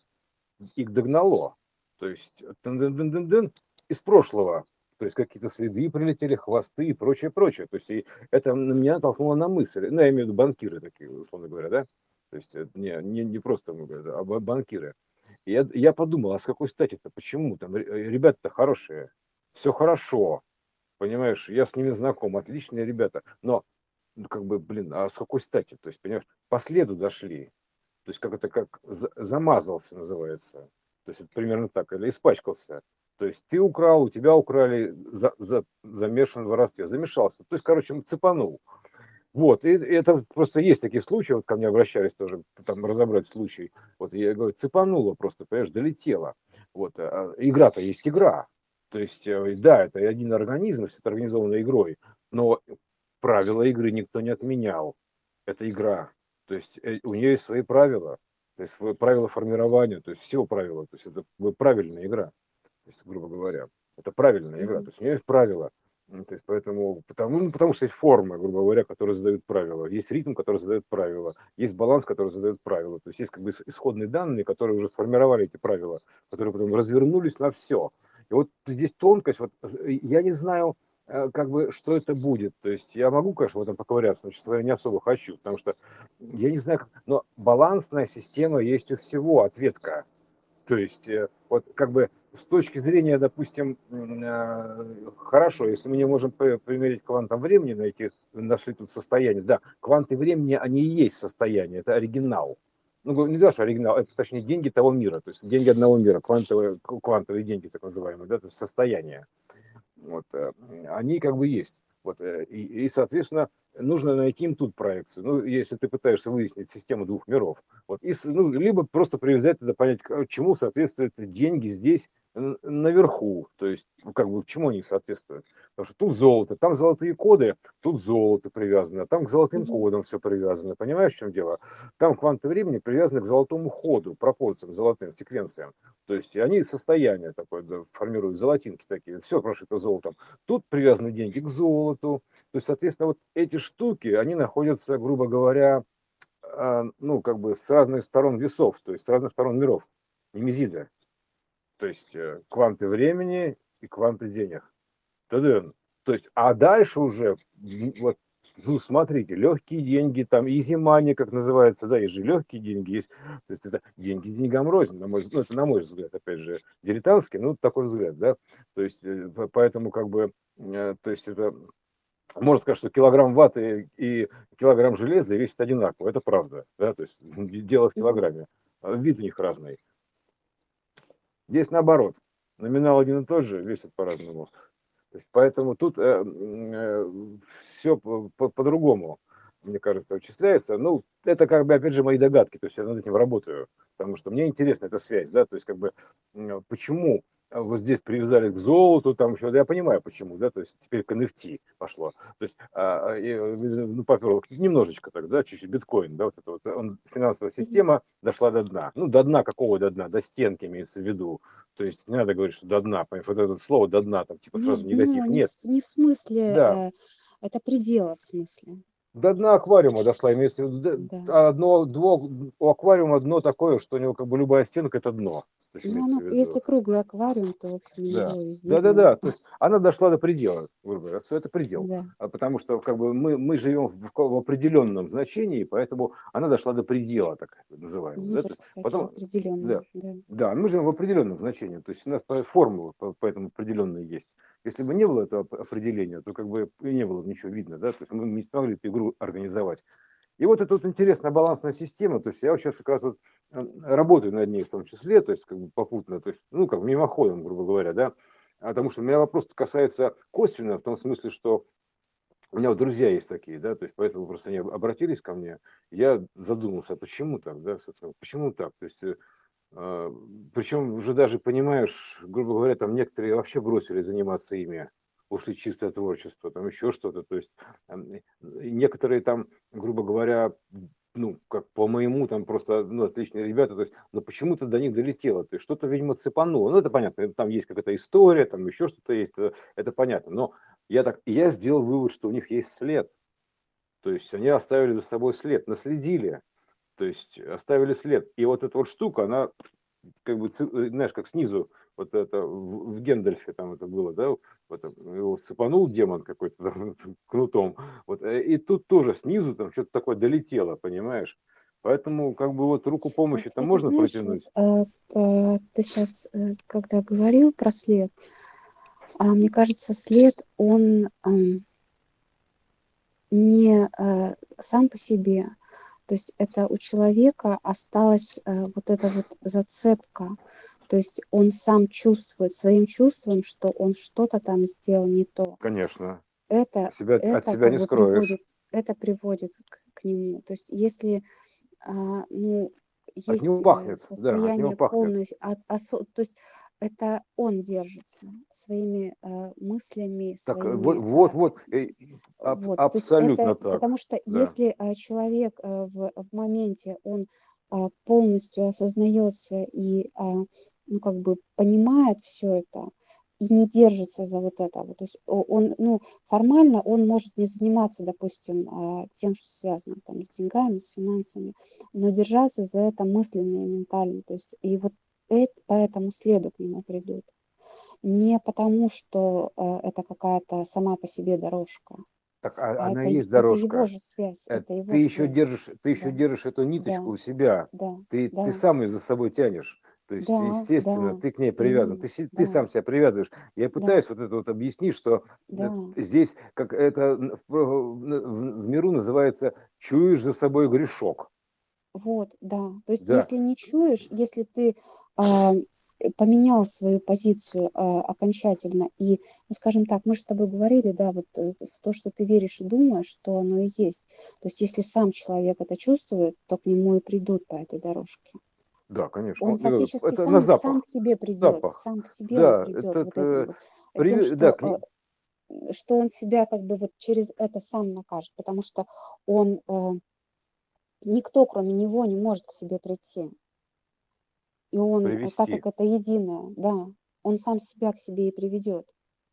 их догнало. То есть дын-дын-дын-дын из прошлого. То есть какие-то следы прилетели, хвосты и прочее, прочее. То есть и это на меня натолкнуло на мысль. Ну, я имею в виду банкиры такие, условно говоря, да? То есть это не, не, не просто мы говорим, а банкиры. И я, я подумал, а с какой стати-то, почему? Там ребята-то хорошие, все хорошо, понимаешь, я с ними знаком, отличные ребята. Но, ну, как бы, блин, а с какой стати? То есть, понимаешь, по следу дошли. То есть как это как замазался называется. То есть это примерно так, или испачкался. То есть ты украл, у тебя украли, за, за, замешан в воровстве, замешался. То есть, короче, цепанул. Вот, и это просто есть такие случаи, вот ко мне обращались тоже, там разобрать случай. Вот я говорю, цепануло просто, понимаешь, долетело. Вот, а игра-то есть игра. То есть, э, да, это один организм, все это организовано игрой, но правила игры никто не отменял. Это игра. То есть э, у нее есть свои правила, то есть свои правила формирования, то есть все правила. То есть это правильная игра, то есть, грубо говоря. Это правильная игра, то Мгм. есть у нее есть правила. Ну, то есть поэтому, потому, ну, потому что есть формы, грубо говоря, которые задают правила, есть ритм, который задает правила, есть баланс, который задает правила. То есть есть как бы исходные данные, которые уже сформировали эти правила, которые потом развернулись на все. И вот здесь тонкость, вот я не знаю, э, как бы, что это будет. То есть я могу, конечно, в этом поковыряться, но, честно говоря, не особо хочу, потому что я не знаю, как... но балансная система есть у всего, ответка. То есть, э, вот как бы с точки зрения, допустим, э, хорошо, если мы не можем примерить квантом времени, найти, нашли тут состояние, да, кванты времени, они и есть состояние, это оригинал. Ну, не даже оригинал, это точнее деньги того мира, то есть деньги одного мира, квантовые, квантовые деньги, так называемые, да, то есть состояние. Вот, э, они как бы есть. Вот, э, и, и, соответственно, нужно найти им тут проекцию. Ну, если ты пытаешься выяснить систему двух миров. Вот, и, ну, либо просто привязать это, понять, чему соответствуют деньги здесь наверху. То есть, ну, как бы, чему они соответствуют. Потому что тут золото, там золотые коды, тут золото привязано, там к золотым Мгм. кодам все привязано. Понимаешь, в чем дело? Там кванты времени привязаны к золотому ходу, пропорциям, золотым секвенциям. То есть они состояние такое, да, формируют, золотинки такие, все прошито золотом. Тут привязаны деньги к золоту. То есть, соответственно, вот эти штуки, они находятся, грубо говоря, а, ну, как бы с разных сторон весов, то есть с разных сторон миров, немезида. То есть э, кванты времени и кванты денег. Та-дын. То есть, а дальше уже, м, вот, ну, смотрите, легкие деньги, там, easy money, как называется, да, есть же легкие деньги, есть, то есть это деньги деньгам рознь, на мой, ну, это на мой взгляд, опять же, дилетантский, ну, такой взгляд, да, то есть, э, по- поэтому, как бы, э, то есть это, можно сказать, что килограмм ваты и килограмм железа весят одинаково, это правда, да, то есть дело в Мгм. килограмме, а вид у них разный. Здесь наоборот, номинал один и тот же, весит по-разному. То есть, поэтому тут э, все по- по- по-другому, мне кажется, вычисляется. Ну, это как бы, опять же, мои догадки, то есть я над этим работаю, потому что мне интересна эта связь, да, то есть как бы м, почему вот здесь привязались к золоту, там еще, да, я понимаю почему, да, то есть теперь к эн эф ти пошло, то есть, а, и, ну, во-первых, немножечко так, да, чуть-чуть биткоин, да, вот это вот, он, финансовая система дошла до дна, ну, до дна какого до дна, до стенки имеется в виду, то есть не надо говорить, что до дна, понимаешь, вот это слово до дна, там, типа, Ну, сразу ну негатив, не, в, нет, не в смысле, да, э, это предела в смысле. до дна аквариума дошла, имеется в виду, Да. да, одно, дво, у аквариума дно такое, что у него как бы любая стенка это дно, то есть Ну, имеется оно, в виду. если круглый аквариум, то, в общем, у Да, него везде да, да, дно. да. То есть она дошла до предела, грубо говоря, всё это предел. Да. А потому что как бы мы, мы живем в, ко- в определенном значении, поэтому она дошла до предела, так называемого. Ну Да? То вот, есть кстати, потом, да, определенно, да. да, мы живем в определенном значении. То есть у нас по- формула по- поэтому определенная есть. Если бы не было этого оп- определения, то как бы и не было бы ничего видно, да, то есть мы не смогли эту игру организовать. И вот эта вот интересная балансная система, то есть я вот сейчас как раз вот э, работаю над ней в том числе, то есть как бы попутно, то есть, ну, как мимоходом, грубо говоря, да, а потому что у меня вопрос касается косвенно, в том смысле, что у меня вот друзья есть такие, да, то есть поэтому просто они обратились ко мне, я задумался, а почему так, да, собственно, почему так, то есть, э, а, причем уже даже понимаешь, грубо говоря, там некоторые вообще бросили заниматься ими, ушли в чистое творчество, там еще что-то, то есть ам, и некоторые там, грубо говоря, ну, как по моему, там просто, ну, отличные ребята, то есть, но почему-то до них долетело, то есть что-то, видимо, цепануло, ну, это понятно, там есть какая-то история, там еще что-то есть, э, это понятно, но я так, и я сделал вывод, что у них есть след, то есть они оставили за собой след, наследили, то есть оставили след. И вот эта вот штука, она как бы, ци- э, знаешь, как снизу, вот это в, в Гендальфе там это было, да, вот там его сыпанул демон какой-то там кнутом, вот, э, и тут тоже снизу там что-то такое долетело, понимаешь? Поэтому как бы вот руку Вот, помощи-то кстати, можно знаешь, вот протянуть. э, э, ты сейчас, когда говорил про след, а, мне кажется, след, он ам, не э, сам по себе. То есть это у человека осталась э, вот эта вот зацепка. То есть он сам чувствует своим чувством, что он что-то там сделал не то. Конечно, Это, себя, от это себя как не бы приводит, скроешь, это приводит к, к нему. То есть если а, ну, от него есть э, пахнет, да, от него состояние пахнет. полной, от, осо- то есть это он держится своими э, мыслями, Так э, вот, своими вот, э, вот, э, аб- вот, то есть это абсолютно потому так, что да. если а, человек а, в, в моменте он а, полностью осознается и а, ну как бы понимает все это и не держится за вот это, вот, то есть о- он, ну формально он может не заниматься, допустим, а, тем, что связано там с деньгами, с финансами, но держаться за это мысленно и ментально, то есть и вот эт- по этому следу к нему придут. Не потому, что э, это какая-то сама по себе дорожка, Так а- а она это, и е- есть это его дорожка. же связь, Э, это его Ты еще связь. держишь, ты еще Да, держишь эту да, ниточку у себя. да, Ты, ты да, сам ее за собой тянешь. То есть, да, да, естественно, ты к ней привязан. Ты, именно, си- ты да, сам себя привязываешь. Я да, пытаюсь вот это вот объяснить, что да, э, здесь, как это н- в, про- в- в миру называется, чуешь за собой грешок. вот, да. То есть, Да, если не чуешь, если ты а, э, поменял свою позицию а, окончательно, и, ну, скажем так, мы же с тобой говорили, да, вот э, в то, что ты веришь и думаешь, что оно и есть. То есть, если сам человек это чувствует, то к нему и придут по этой дорожке. да, конечно. Он Он- э, фактически это на сам, сам к запах. себе придет, Запах. сам к себе он Да, придет этот, вот этим э, вот, э, тем, приве- да, что, к- э, что он себя как бы вот через это сам накажет, потому что он, э, никто кроме него не может к себе прийти. И он, э, так привести. как это единое, да, он сам себя к себе и приведет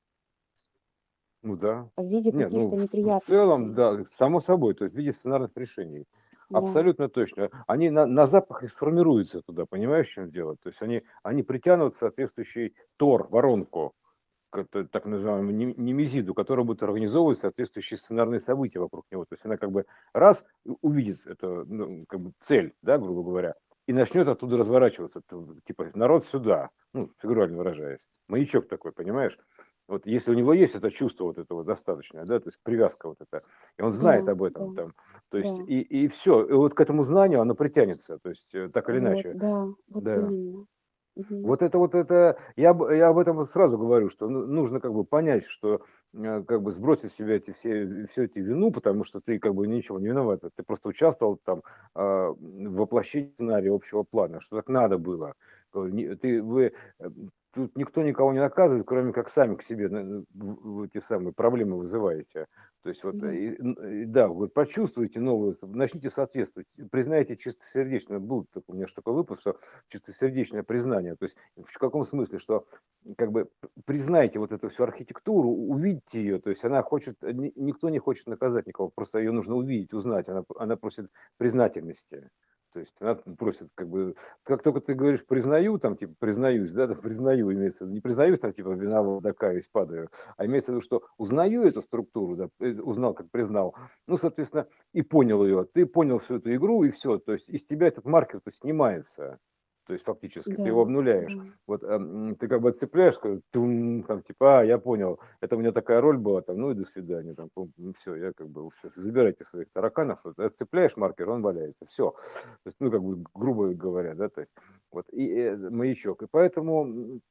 Ну да. в виде Не, ну каких-то в, в целом, неприятностей. да, само собой, то есть в виде сценарных решений. Да, Абсолютно точно. Они на, на запах и сформируются туда, понимаешь, в чем дело? То есть они, они притянут соответствующий тор, воронку, кото- так называемую нем- немезиду, которая будет организовывать соответствующие сценарные события вокруг него. То есть она как бы раз у- увидит это, ну, как бы цель, да, грубо говоря, и начнет оттуда разворачиваться. То, типа народ сюда, ну, фигурально выражаясь. Маячок такой, понимаешь? Вот если у него есть это чувство вот этого достаточное, да, то есть привязка вот эта, и он да, знает об да, этом там, то да, есть и, и все, и вот к этому знанию оно притянется, то есть э, так или вот, иначе, да, вот да. именно. Мгм. Вот это вот это, я, об- я об этом вот сразу говорю, что ну- нужно как бы понять, что э, как бы сбросить с себя эти все, все эти вину, потому что ты как бы ничего не виноват, ты просто участвовал там а, в воплощении сценария общего плана, что так надо было. Э, не- Ты, вы, э, тут никто никого не наказывает, кроме как сами к себе на- в- в эти самые проблемы вызываете. То есть вот, Да. и- и да, вы почувствуете новую, начните соответствовать, признайте чистосердечно. Был такой, у меня же такой выпуск, что чистосердечное признание. То есть в каком смысле, что как бы признайте вот эту всю архитектуру, увидите ее. То есть она хочет, ни- никто не хочет наказать никого, просто ее нужно увидеть, узнать. Она, она просит признательности. То есть она просит, как бы, как только ты говоришь признаю, там, типа, признаюсь, да, да, признаю, имеется в виду, не признаюсь, там, типа, виноват, да, каюсь, падаю, а имеется в виду, что узнаю эту структуру, да, э, узнал, как признал, ну, соответственно, и понял ее, ты понял всю эту игру, и все, то есть из тебя этот маркер-то снимается, то есть фактически ты Да, его да. обнуляешь. Вот эм, ты как бы отцепляешь, как, тум, там, типа, а, я понял, это у меня такая роль была, там, ну и до свидания, там, все, я как бы, все, забирайте своих тараканов, вот, отцепляешь маркер, он валяется, все. То есть, ну, как бы, грубо говоря, да, то есть, вот, и э, маячок. И поэтому, м,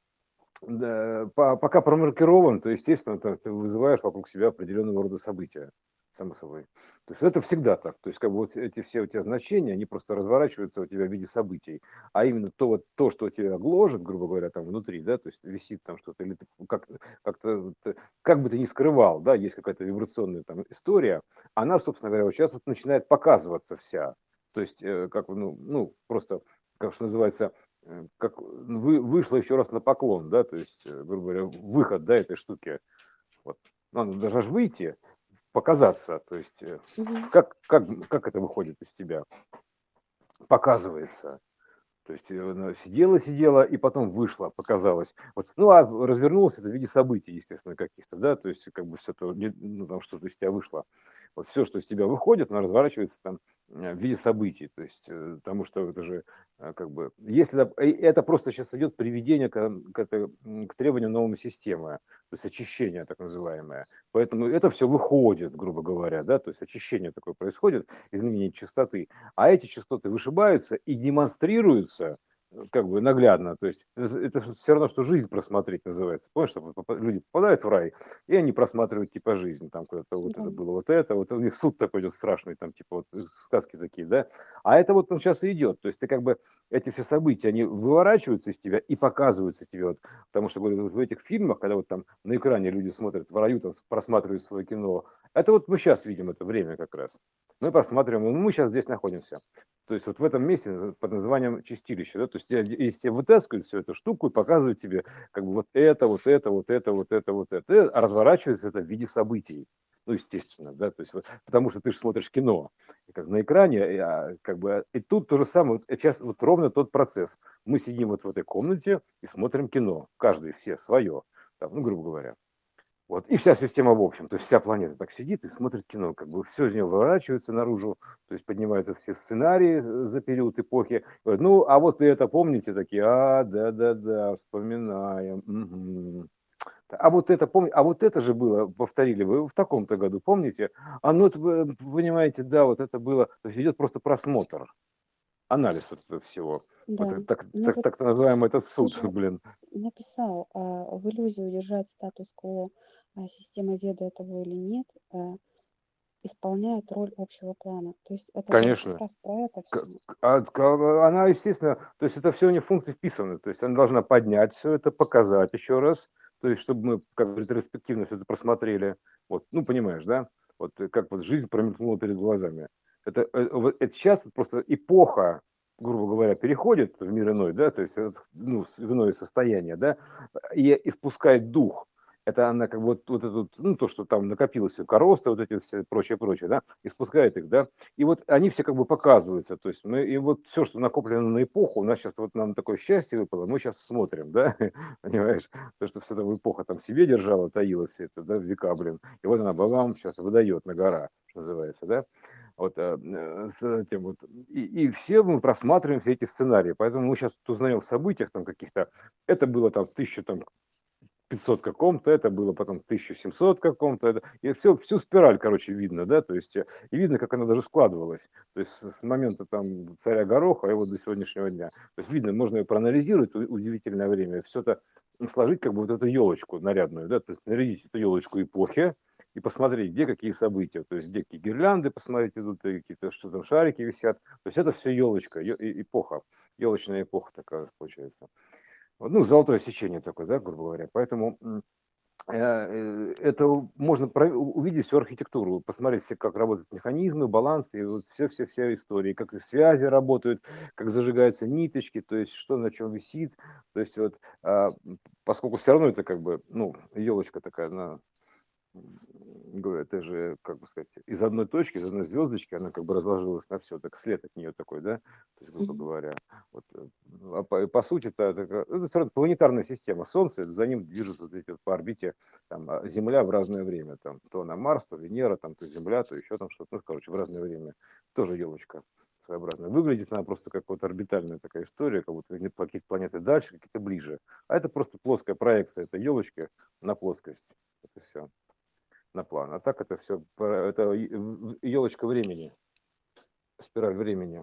да, по- пока промаркирован, то, естественно, ты, ты вызываешь вокруг себя определенного рода события, само собой. То есть это всегда так. То есть как бы вот эти все у тебя значения, они просто разворачиваются у тебя в виде событий. А именно то, вот, то, что тебя гложет, грубо говоря, там внутри, да, то есть висит там что-то, или ты как, как-то, вот, э, как бы ты ни скрывал, да, есть какая-то вибрационная там история, она, собственно говоря, вот сейчас вот начинает показываться вся. То есть, э, как, ну, ну, просто, как что называется, э, как вы, вышла еще раз на поклон, да, то есть, э, грубо говоря, выход, да, этой штуки. Вот. Надо даже аж выйти, показаться, то есть, э, Мгм. как, как, как это выходит из тебя, показывается. То есть э, она сидела, сидела, и потом вышла, показалось. Вот. Ну, а развернулось это в виде событий, естественно, каких-то, да, то есть как бы все то, не- ну, там что-то из тебя вышло. Вот все, что из тебя выходит, оно разворачивается там э, в виде событий, то есть э, потому что это же э, как бы, если это, и это просто сейчас идет приведение к, к, это, м, к требованию новой системы, то есть очищение так называемое. Поэтому это все выходит, грубо говоря, да, то есть очищение такое происходит, изменение частоты. А эти частоты вышибаются и демонстрируются э, как бы наглядно. То есть это, это все равно, что жизнь просмотреть называется. Помнишь, что попа- люди попадают в рай, и они просматривают типа жизнь. Там куда-то вот Да. это было, вот это, вот у них суд такой идет страшный, там типа вот э, сказки такие, да. А это вот он сейчас и идет. То есть ты как бы эти все события, они выворачиваются из тебя и показываются тебе. Вот, потому что, говорю, вот в этих фильмах, когда вот там на экране люди смотрят в раю, там просматривают свое кино, это вот мы сейчас видим это время как раз. Мы просматриваем, ну, мы сейчас здесь находимся. То есть вот в этом месте под названием чистилище, да, то есть тебя- если тебе вытаскивают всю эту штуку и показывают тебе как бы вот это, вот это, вот это, вот это, вот это, а разворачивается это в виде событий. Ну, естественно, да, то есть вот, потому что ты же смотришь кино, и как на экране, и, а, как бы, и тут то же самое, вот сейчас вот ровно тот процесс. Мы сидим вот в этой комнате и смотрим кино, каждый, все свое, там, ну, грубо говоря. Вот. И вся система в общем, то есть вся планета так сидит и смотрит кино, как бы все из нее выворачивается наружу, то есть поднимаются все сценарии э, за период эпохи. Говорят, ну, а вот вы это помните? Такие, а, да-да-да, вспоминаем. Мгм. А вот это помните, а вот это же было, повторили вы в таком-то году, помните? А ну, это вы понимаете, да, вот это было. То есть идет просто просмотр, анализ вот этого всего. Вот Да. это так, Ну так, вот так называемый этот ты суд, же блин. написал, а, в иллюзии удержать статус-кво а, системы ведает того или нет, а, исполняет роль общего плана. То есть это же вот как Конечно. раз про это К- все. к- а, к- Она, естественно, то есть это все у нее функции вписаны, то есть она должна поднять все это, показать еще раз, то есть чтобы мы как бы ретроспективно все это просмотрели, вот, ну, понимаешь, да, вот э, как вот жизнь промелькнула перед глазами. Это, э, вот это сейчас просто эпоха, грубо говоря, переходит в мир иной, да, то есть это, ну, в иное состояние, да, и испускает дух. Это она как бы вот, вот это, вот, ну, то, что там накопилось, все коросты, вот эти все прочее, прочее, да, испускает их, да, и вот они все как бы показываются. То есть мы, и вот все, что накоплено на эпоху, у нас сейчас вот нам такое счастье выпало, мы сейчас смотрим, да, понимаешь, то, что все там эпоха там в себе держала, таила все это, да, в века, блин, и вот она, бабам, сейчас выдает на гора, что называется, да, вот э, э, с этим вот, и, и все мы просматриваем все эти сценарии, поэтому мы сейчас узнаем в событиях там каких-то, это было там тысячу там пятьсот каком-то, это было потом тысяча семьсот каком-то, это, и все, всю спираль, короче, видно, да, то есть, э, и видно, как она даже складывалась, то есть с с момента там царя Гороха и вот до сегодняшнего дня, то есть видно, можно ее проанализировать у- удивительное время, все это сложить как бы вот эту елочку нарядную, да, то есть нарядить эту елочку эпохи и посмотреть, где какие события, то есть где какие гирлянды, посмотреть, идут и какие-то, что там шарики висят, то есть это все елочка, эпоха, елочная эпоха такая получается. Вот, ну, золотое сечение такое, да, грубо говоря. Поэтому м, э, э, это можно про- у- увидеть всю архитектуру, посмотреть, все, как работают механизмы, балансы, и вот все-все-все истории, как и связи работают, как зажигаются ниточки, то есть что на чем висит. То есть вот, а, м, поскольку все равно это как бы, ну, елочка такая, она говорю, это же, как бы сказать, из одной точки, из одной звездочки она как бы разложилась на все, так след от нее такой, да, то есть, грубо Мгм. говоря. Вот, э, а по, по сути, это, это, это всё равно планетарная система. Солнце, за ним движутся вот эти вот по орбите там, а, Земля в разное время. Там, то на Марс, то Венера, там, то Земля, то еще там что-то. Ну, короче, в разное время. Тоже елочка своеобразная. Выглядит она просто как вот орбитальная такая история, как будто какие-то планеты дальше, какие-то ближе. А это просто плоская проекция этой елочки на плоскость. Это все на план. А так это все, это елочка времени, спираль времени.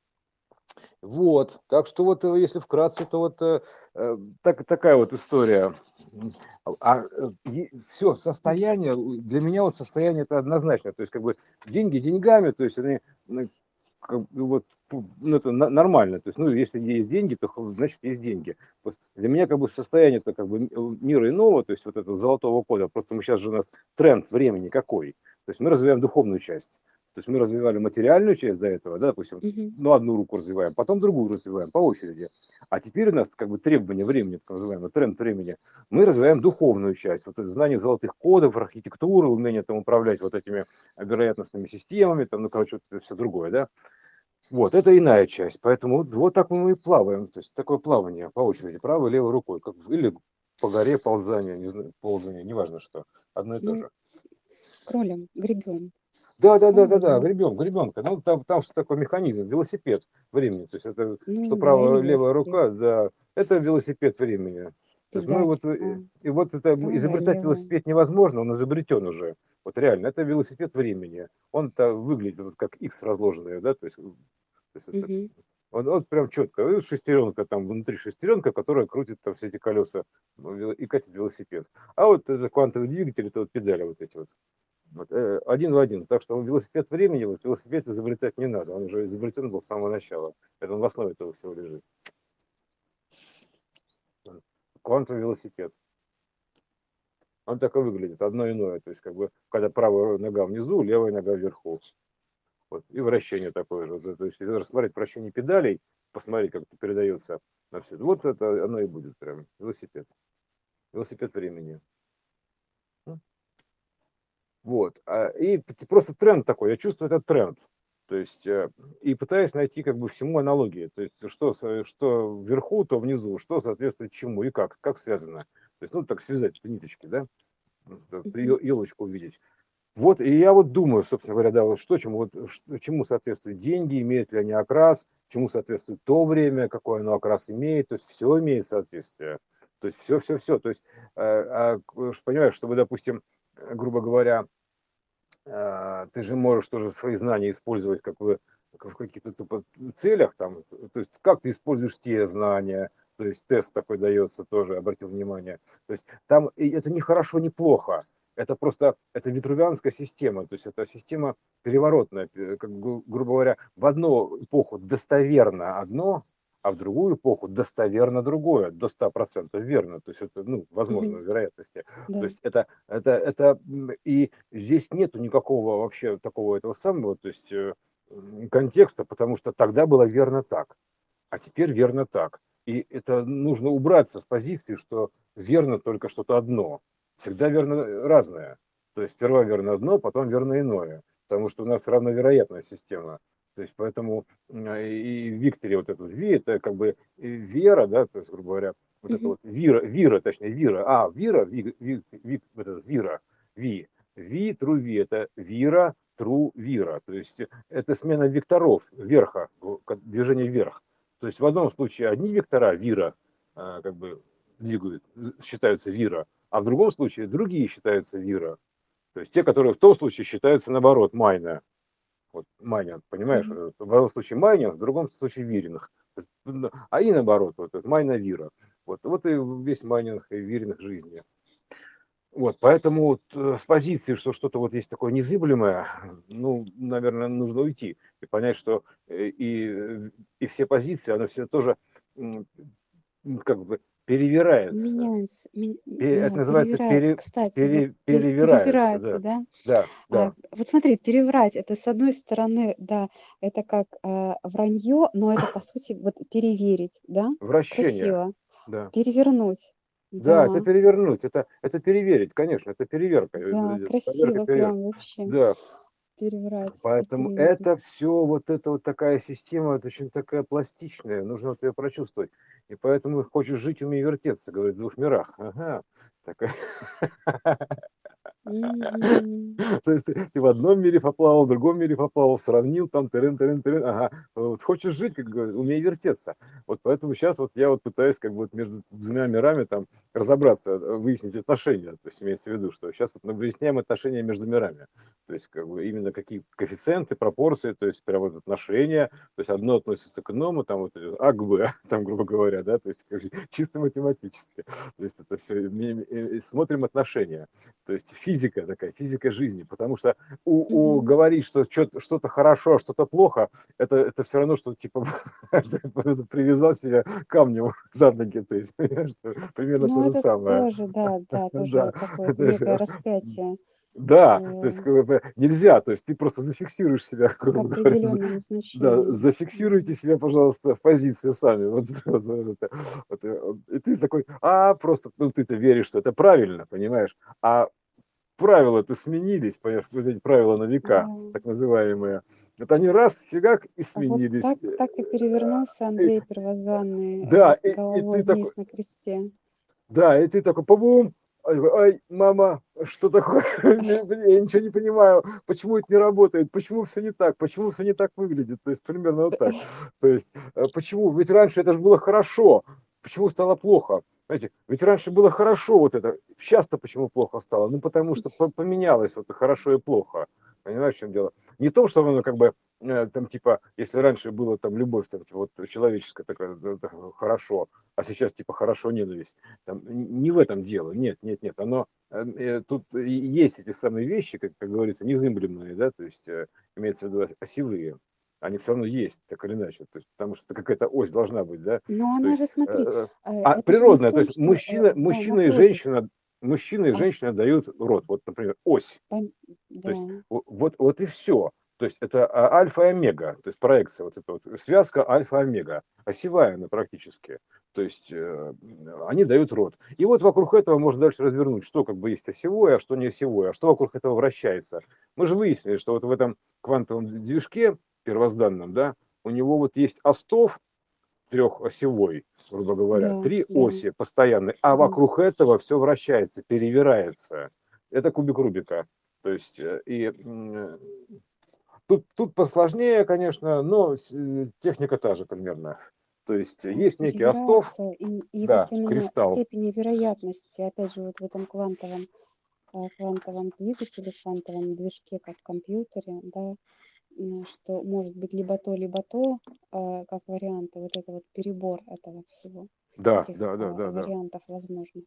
Вот. Так что вот, э, если вкратце, то вот э, э, так, такая вот история. М, А все Да. состояние, у- для меня вот состояние это однозначно. То есть как бы деньги деньгами, то есть они ну, как бы вот фу, ну, это на- нормально. То есть, ну, если есть деньги, то х- значит есть деньги. Вот для меня как бы состояние это как бы м- э, мира иного, то есть вот этого золотого кода. Просто мы сейчас же у нас тренд времени какой. То есть мы развиваем духовную часть. То есть мы развивали материальную часть до этого, да, допустим, Мгм. ну, одну руку развиваем, потом другую развиваем по очереди. А теперь у нас как бы требование времени, так называемый тренд времени, мы развиваем духовную часть. Вот это знание золотых кодов, архитектуры, умение там управлять вот этими вероятностными системами, там, ну, короче, вот это все другое, да. Вот, это иная часть. Поэтому вот, вот так мы и плаваем. То есть такое плавание по очереди, правой и левой рукой. Как, или по горе ползание, не знаю, ползание, неважно что. Одно и то Ну, же. кролем, гребем. Да, да, да, Правой да, да, или гребем, гребенка. Ну, там, там что такое механизм, велосипед времени. То есть это что ну да, или правая, левая велосипед. рука, да, это велосипед времени. То есть мы Педаль. вот, А, э, и вот это правая, изобретать левая. велосипед невозможно, он изобретен уже. Вот реально, это велосипед времени. Он-то выглядит вот как X разложенный, да, то есть, то есть это, Мгм. он, вот прям четко. И шестеренка там внутри шестеренка, которая крутит там все эти колеса ну, вело- и катит велосипед. А вот это квантовый двигатель, это вот педали вот эти вот. Вот, э, один в один. Так что велосипед времени, вот велосипед изобретать не надо. Он уже изобретен был с самого начала. Это он в основе этого всего лежит. Квантовый велосипед. Он так и выглядит, одно иное. То есть, как бы, когда правая нога внизу, левая нога вверху. Вот. И вращение такое же. Вот, то есть, если рассмотреть вращение педалей, посмотреть, как это передается на все. Вот это оно и будет прям. Велосипед. Велосипед времени. Вот. А, И п- просто тренд такой, я чувствую этот тренд. То есть, э, и пытаюсь найти как бы всему аналогии. То есть, что, со- что вверху, то внизу, что соответствует чему и как, как связано. То есть, ну, так связать эти ниточки, да, Мгм. елочку увидеть. Вот, и я вот думаю, собственно говоря, да, вот что чему, вот, что- чему соответствуют деньги, имеют ли они окрас, чему соответствует то время, какой оно окрас имеет, то есть все имеет соответствие. То есть все, все, все. То есть, э, а, к- понимаешь, чтобы, допустим, э, грубо говоря, а, ты же можешь тоже свои знания использовать как бы в каких-то типа целях там, то есть как ты используешь те знания, то есть тест такой дается тоже, обратил внимание, то есть там и это не хорошо, не плохо, это просто, это витрувианская система, то есть это система переворотная, пе- как, гру- грубо говоря, в одну эпоху достоверно одно, а в другую эпоху достоверно другое, до ста процентов верно, то есть это, ну, возможно, Мгм. вероятности. То Да. есть это, это, это, м, и здесь нету никакого вообще такого этого самого, то есть э, м, контекста, потому что тогда было верно так, а теперь верно так. И это нужно убраться с позиции, что верно только что-то одно. Всегда верно разное. То есть сперва верно одно, потом верно иное. Потому что у нас равновероятная система. То есть поэтому м, и в Викторе вот этот Ви, это как бы и вера, да, то есть, грубо говоря, вот это Мгм. вот вира, вира, точнее, вира, а, вира, ви, ви, ви, вот это, вира, ви, ви, тру, ви, это вира, тру, вира. То есть это смена векторов верха, движение вверх. То есть в одном случае одни вектора вира а, как бы двигают, считаются вира, а в другом случае другие считаются вира. То есть те, которые в том случае считаются наоборот майна. Вот майнинг, понимаешь? Мгм. Вот в одном случае майнинг, в другом случае виринг. То есть, ну, а и наоборот, вот, вот майна вира. Вот, вот и весь майнинг и виринг жизни. Вот, поэтому вот, э, с позиции, что что-то вот есть такое незыблемое, ну, наверное, нужно уйти и понять, что э, и, э, и все позиции, оно все тоже м, м, как бы перевирается. Меняются, мен Пе Это да, называется перевирает. пере Кстати, вот пере пере перевирается, перевирается, да. да? Да, А, да. вот смотри, переврать- это, с одной стороны, да, это как, э, вранье, но это, по сути, вот переверить, да? Вращение, Красиво. да. Перевернуть. Да, это Да, перевернуть, это это переверить, конечно, это переверка, э, да, идет, проверка, красиво переверка. прям вообще. Да. Переврать и Поэтому это переверить. все вот эта вот такая система, это очень такая пластичная, нужно вот её прочувствовать. И поэтому хочешь жить, умей вертеться, говорит, в двух мирах. Ага, такая. Мгм. То есть ты ты в одном мире поплавал, в другом мире поплавал, сравнил там тырын, тырын, тырын. Ага. Вот хочешь жить, как говорят, умей вертеться. Вот поэтому сейчас вот я вот пытаюсь как бы вот между двумя мирами там разобраться, э, выяснить отношения. То есть имеется в виду, что сейчас вот мы выясняем отношения между мирами. То есть как бы именно какие коэффициенты, пропорции, то есть прям вот отношения. То есть одно относится к иному, там вот э, А к Б, там, грубо говоря, да, то есть как бы чисто математически. То есть это все смотрим отношения. То есть физика такая, физика жизни, потому что у, у Мгм. говорить, что чё- что-то хорошо, а что-то плохо, это, это все равно, что типа привязал себя камнем за ноги, то есть понимаешь, что примерно то Ну, же это самое. тоже, да, да, тоже Да, вот такое вот то есть, некое э, распятие, да, то есть э, как бы, нельзя, то есть ты просто зафиксируешь себя, к грубо говоря, за- определенному да, значению. зафиксируйте Мгм. себя, пожалуйста, в позиции сами. Вот, просто вот это, вот, э, и ты такой, а просто, ну ты-то веришь, что это правильно, понимаешь, а правила-то сменились, понимаешь, вот эти правила на Да. века, так называемые. Вот они раз, фигак, и А вот сменились. так так и перевернулся Э, Андрей Первозванный, Да, э, и, и головой ты такой, вниз на кресте. да, и ты такой, по-бум, ай, ай, мама, что такое? Я ничего не понимаю, почему это не работает, почему все не так, почему все не так выглядит, то есть примерно вот так. То есть, э, почему, ведь раньше это же было хорошо, почему стало плохо? Знаете, ведь раньше было хорошо вот это, сейчас-то почему плохо стало? Ну, потому что по- поменялось вот хорошо и плохо. Понимаешь, в чем дело? Не то, что оно как бы, э, там, типа, если раньше было там любовь, там, типа, вот человеческая такая, да, да, хорошо, а сейчас, типа, хорошо ненависть. Там, не в этом дело, нет, нет, нет, оно, э, э, тут и есть эти самые вещи, как, как говорится, незыблемые, да, то есть э, имеется в виду ос- осевые, они все равно есть, так или иначе, то есть, потому что какая-то ось должна быть, да, Но то она есть, же, э, смотри, э, э, а это же не в природная, то том, есть что, э, мужчина, да, мужчина и напротив, женщина, мужчина и а, женщина дают род, вот, например, ось, пон то да. есть во- вот, вот и все. То есть это а, альфа и омега, то есть проекция, вот эта вот связка альфа-омега, осевая она практически. То есть э, они дают род. И вот вокруг этого можно дальше развернуть, что как бы есть осевое, а что не осевое, а что вокруг этого вращается. Мы же выяснили, что вот в этом квантовом движке первозданном, да, у него вот есть остов трехосевой, грубо говоря, Да, три да, оси постоянные, а да. вокруг этого все вращается, перевирается. Это кубик Рубика. То есть, э, и м, тут, тут посложнее, конечно, но с- э, техника та же примерно. То есть Э, есть некий остов, перевирается, и и вот да, именно кристалл, степени вероятности, опять же, вот в этом квантовом, э, квантовом двигателе, квантовом движке, как в компьютере, да, м, что может быть либо то, либо то, э, как варианты, вот это вот перебор этого всего, да, этих, да, да, а, да, да. вариантов возможных.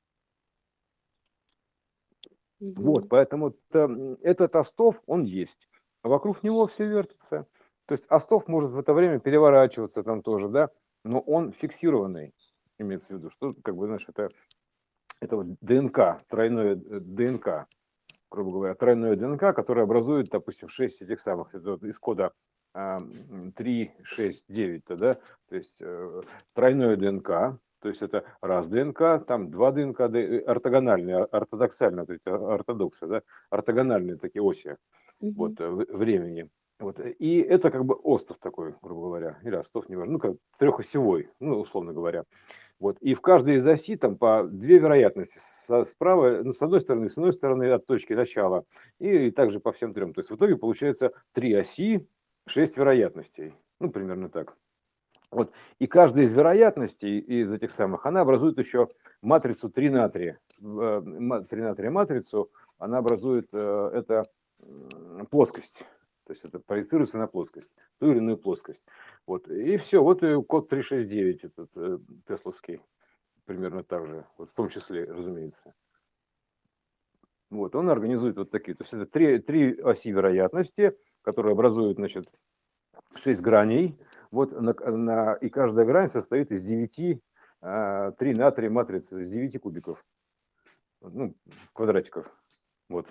Вот, Мгм. поэтому т- этот остов, он есть. А вокруг него все вертится. То есть остов может в это время переворачиваться там тоже, да, но он фиксированный, имеется в виду, что как бы, знаешь, это, это вот ДНК, тройное э, ДНК, грубо говоря, тройное ДНК, которое образует, допустим, шесть этих самых, это вот из кода а, м, три, шесть, девять, то, да, то есть э, тройное ДНК, то есть это раз ДНК, там два ДНК, д- э, ортогональные, ор- ортодоксально, то есть э, ортодоксы, да, ортогональные такие оси, Мгм. вот, э, в- времени. Вот, э, и это как бы остров такой, грубо говоря, или остов, неважно, ну, как трехосевой, ну, условно говоря. Вот. И в каждой из оси там по две вероятности. Со, справа, ну, с одной стороны, с одной стороны от точки начала. И, и также по всем трем. То есть в итоге получается три оси, шесть вероятностей. Ну, примерно так. Вот. И каждая из вероятностей, из этих самых, она образует еще матрицу три на три. Э, ма- три на три матрицу, она образует, э, это м, плоскость. То есть это проецируется на плоскость, ту или иную плоскость. Вот. И все, вот и код триста шестьдесят девять этот э, тесловский, примерно так же, вот в том числе, разумеется. Вот, он организует вот такие, то есть это три, три оси вероятности, которые образуют, значит, шесть граней, вот, на, на- и каждая грань состоит из девяти три на три матрицы с девяти кубиков, ну, квадратиков. Вот.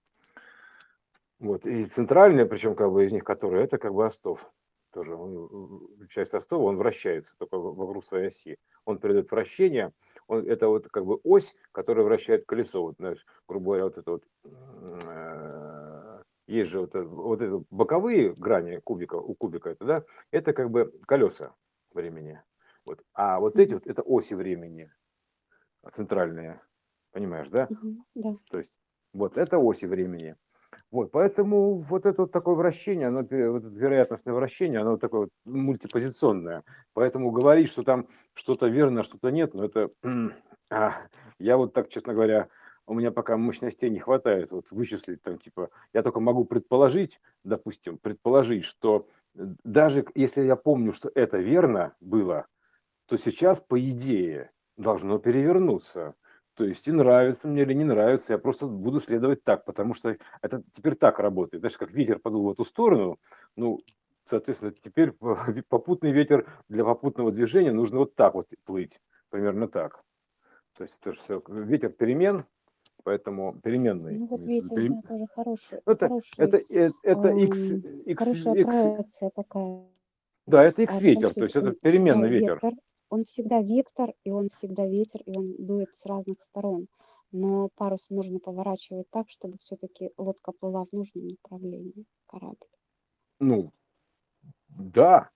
Вот. И центральная, причем как бы из них, которая, это как бы остов. Тоже он, часть остова, он вращается только вокруг своей оси. Он передает вращение. Он, это вот как бы ось, которая вращает колесо. Вот, знаешь, грубо говоря, вот это вот э, есть же вот, это, вот это боковые грани кубика, у кубика это, да, это как бы колеса времени. Вот. А вот эти Мгм. вот это оси времени центральные. Понимаешь, да? Мгм. Да. То есть вот это оси времени. Вот, поэтому вот это вот такое вращение, оно, пе- вот это вероятностное вращение, оно вот такое вот мультипозиционное. Поэтому говорить, что там что-то верно, а что-то нет, но это... а, я вот так, честно говоря, у меня пока мощностей не хватает вот вычислить там, типа, я только могу предположить, допустим, предположить, что э, даже к- если я помню, что это верно было, то сейчас, по идее, должно перевернуться. То есть и нравится мне или не нравится, я просто буду следовать так, потому что это теперь так работает. Знаешь, как ветер подул в эту сторону, ну, соответственно, теперь попутный ветер для попутного движения нужно вот так вот плыть, примерно так. То есть это же все ветер перемен, поэтому переменный. Ну вот имеется в виду, видите, пере- да, тоже хороший, Это, хороший, это, э, это X, ам, X, хорошая X, проекция такая. да, это А, потому X-ветер, что то ведь есть это он всегда переменный ветер. вектор, он всегда вектор, и он всегда ветер, и он дует с разных сторон. Но парус можно поворачивать так, чтобы все-таки лодка плыла в нужном направлении, корабль. Ну, да,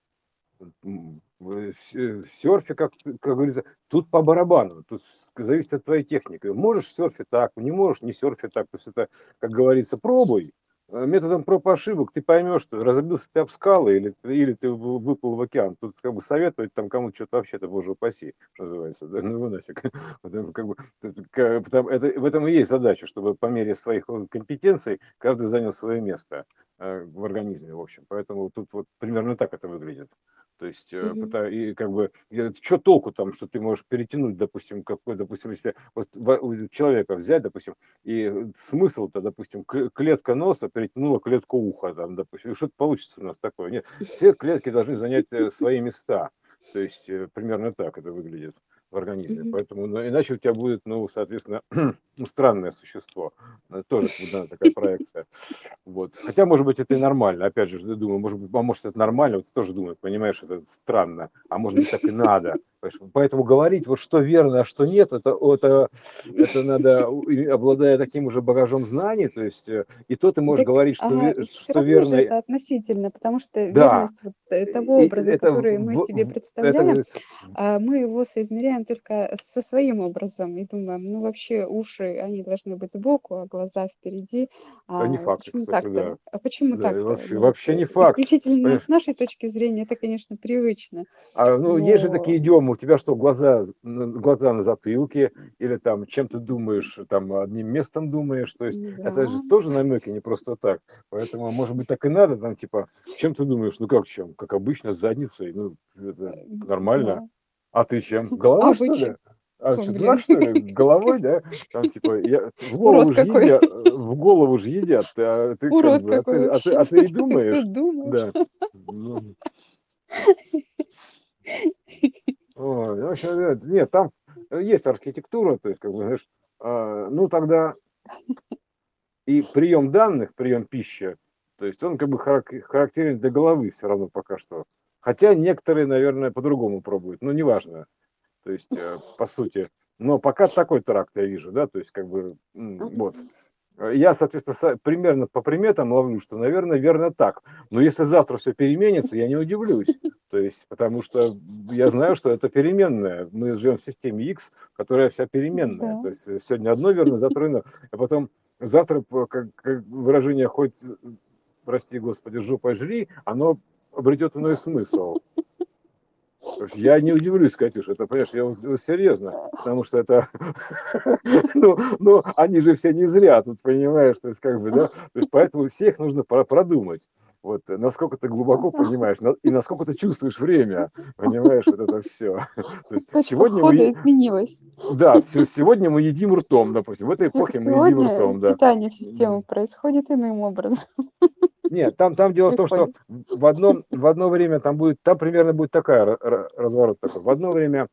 м, в с- э, в серфе, как, т- как говорится, тут по барабану, тут с- зависит от твоей техники. Можешь серфить так, не можешь, не серфить так. То есть это, как говорится, пробуй. Э, Методом проб и ошибок ты поймешь, что разобился ты об скалы или, ты- или ты в- выплыл в океан. Тут как бы советовать там кому-то что-то вообще-то, боже упаси, что называется. Да, ну его нафиг. Потому как бы, тут ка- потому- это, в этом и есть задача, чтобы по мере своих э, компетенций каждый занял свое место э, в организме, в общем. Поэтому тут вот примерно так это выглядит. То есть, э, Мгм. пыта- и как бы, что толку там, что ты можешь перетянуть, допустим, какой, допустим, если вот во- у человека взять, допустим, и э, смысл-то, допустим, к- клетка носа перетянула клетку уха, там, допустим, и что-то получится у нас такое. Нет, все клетки должны занять э, свои места. То есть, э, примерно так это выглядит в организме. Мгм. Поэтому, ну, иначе у тебя будет, ну, соответственно, ну, странное существо. Э, Тоже как бы, да, такая проекция. Вот. Хотя, может быть, это и нормально. Опять же, я думаю, может быть, а может, это нормально, вот ты тоже думаю, понимаешь, это странно, а может быть, так и надо. Понимаешь? Поэтому говорить, вот что верно, а что нет, это, это, это надо, у- и обладая таким уже багажом знаний, то есть, э, и то ты можешь Так, говорить, что, ага, ве- и все что равно же верно, это относительно, потому что да, верность вот э, того и образа, это, который мы в- себе в- это представляем, а, мы его соизмеряем только со своим образом и думаем, ну вообще уши, они должны быть сбоку, а глаза впереди. а не А факт, почему кстати, так-то? да. А почему Да, и так-то? вообще, Ну вот вообще э, не факт. исключительно Понимаешь? с нашей точки зрения это, конечно, привычно, А, ну, есть же такие но идиомы, у тебя что, глаза, на- глаза на затылке, или там чем ты думаешь, там одним местом думаешь, то есть м, это же да, тоже намеки, не просто так. Поэтому, может быть, так и надо, там, типа, чем ты думаешь, ну как чем, как обычно, с задницей, ну, это м, нормально. да. А ты чем, А головой, вы что ли? чем? А О, что, дурак, блин, что ли? Головой, да? Там, типа, я, в урод голову же какой, едят, в голову же едят, а ты как урод бы, а какой ты, а ты, вообще, а ты и ты, ты думаешь, думаешь? да. Ну, ой, в общем, э, нет, там есть архитектура, то есть, как бы, знаешь, а, ну, тогда и прием данных, прием пищи, то есть он как бы харак- характерен для головы все равно пока что. Хотя некоторые, наверное, по-другому пробуют, но неважно, то есть, э, по сути. Но пока такой тракт я вижу, да, то есть, как бы, м, вот. Э, Я, соответственно, са- примерно по приметам ловлю, что, наверное, верно так. Но если завтра все переменится, я не удивлюсь. То есть, потому что я знаю, что это переменная. Мы живем в системе X, которая вся переменная. Да. То есть э, сегодня одно верно, завтра иное. А потом завтра, по- как, как выражение хоть, э, прости господи, жопой жри, оно обретет иной смысл. То есть я не удивлюсь, Катюш, это, понимаешь, я вот вот серьезно, потому что это, ну, ну, они же все не зря тут, понимаешь, то есть как бы, да, то есть поэтому всех нужно про- продумать, вот, э, насколько ты глубоко понимаешь, на- и насколько ты чувствуешь время, понимаешь, вот это все. То есть Точка сегодня мы, входа е- изменилась. да, се- сегодня мы едим ртом, допустим, в этой Се- эпохе мы едим Сегодня ртом, да. питание в систему происходит иным образом. Нет, там, там дело в том, что Приходит. в одно, в одно время там будет, там примерно будет такая ра- ра- разворот такой. В одно время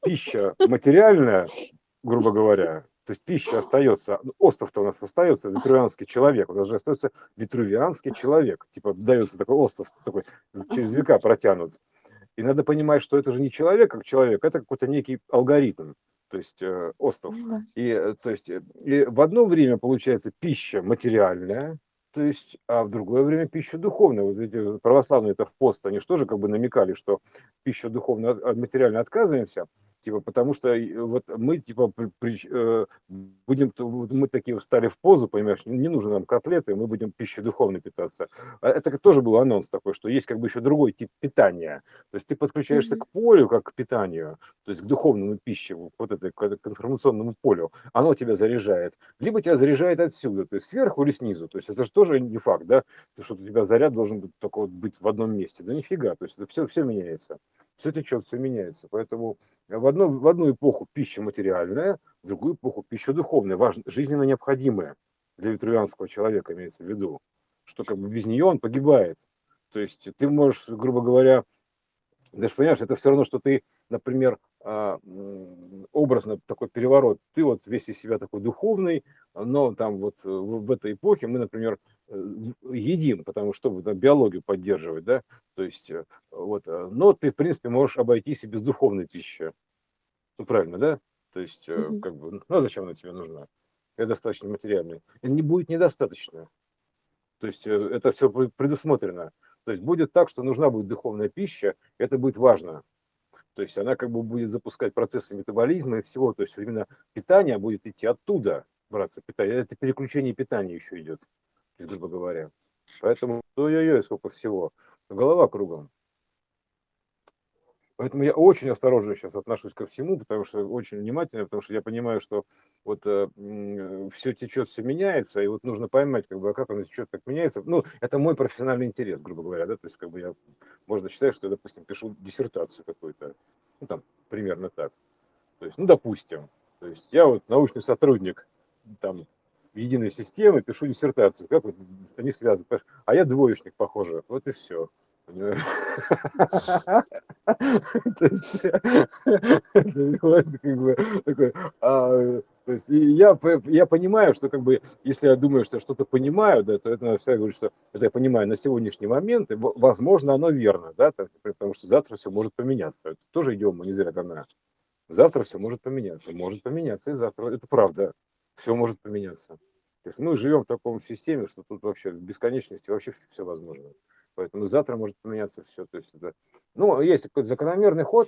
пища материальная, грубо говоря, то есть пища остается, ну, остров-то у нас остается, витрувианский человек, у нас же остается витрувианский человек, типа дается такой остров, такой через века протянут. И надо понимать, что это же не человек как человек, это какой-то некий алгоритм, то есть э, остров. Ну да. И, э, то есть, э, и в одно время получается пища материальная, то есть, а в другое время пища духовная. Вот эти православные это в пост, они же тоже как бы намекали, что пищу духовную от, от материально отказываемся, типа, потому что э, вот мы типа при- при- э, будем, то вот мы такие встали в позу, понимаешь, не не нужны нам котлеты, мы будем пищей духовной питаться. А это тоже был анонс такой, что есть как бы еще другой тип питания. То есть ты подключаешься Мгм. к полю, как к питанию, то есть к духовному пище, вот это, к к информационному полю, оно тебя заряжает. Либо тебя заряжает отсюда, то есть сверху или снизу. То есть это же тоже не факт, да, что у тебя заряд должен быть только вот быть в одном месте. Да нифига, то есть это все, все меняется. Все течет, все меняется. Поэтому в одну, в одну эпоху пища материальная, в другую эпоху пища духовная, важно, жизненно необходимая для витрувианского человека, имеется в виду, что как бы без нее он погибает. То есть ты можешь, грубо говоря, даже понимаешь, это все равно, что ты, например, а, м, образно такой переворот, ты вот весь из себя такой духовный, но там вот э, в в этой эпохе мы, например, э, едим, потому что чтобы там биологию поддерживать, да, то есть э, вот, э, но ты, в принципе, можешь обойтись и без духовной пищи. Ну, правильно, да? То есть, э, Мгм. как бы, ну, а зачем она тебе нужна? Это достаточно материальная. И не будет недостаточно. То есть, э, это все предусмотрено. То есть, будет так, что нужна будет духовная пища, это будет важно. То есть, она как бы будет запускать процессы метаболизма и всего. То есть, именно питание будет идти оттуда браться. Питание. Это переключение питания еще идет, то есть, грубо говоря. Поэтому, ой-ой-ой, сколько всего. Голова кругом. Поэтому я очень осторожно сейчас отношусь ко всему, потому что очень внимательно, потому что я понимаю, что вот все течет, все меняется, и вот нужно поймать, как бы, а как оно течет, как меняется. Ну, это мой профессиональный интерес, грубо говоря, да, то есть как бы я, можно считать, что я, допустим, пишу диссертацию какую-то, ну, там, примерно так. То есть, ну, допустим, то есть я вот научный сотрудник, там, в единой системе пишу диссертацию, как вот они связаны, понимаешь? А я двоечник, похоже, вот и все. Понимаешь? То есть, это вот как бы такой, а, то есть и я, п- я понимаю, что как бы, если я думаю, что я что-то понимаю, да, то это надо всегда говорить, что это я понимаю на сегодняшний момент, и, в- возможно, оно верно, да, так, потому что завтра все может поменяться. Это тоже идиома не зря дана. Завтра все может поменяться, может поменяться и завтра. Это правда, все может поменяться. То есть мы живем в таком системе, что тут вообще в бесконечности вообще все возможно. Поэтому завтра может поменяться все. То есть это, ну, есть какой-то закономерный ход,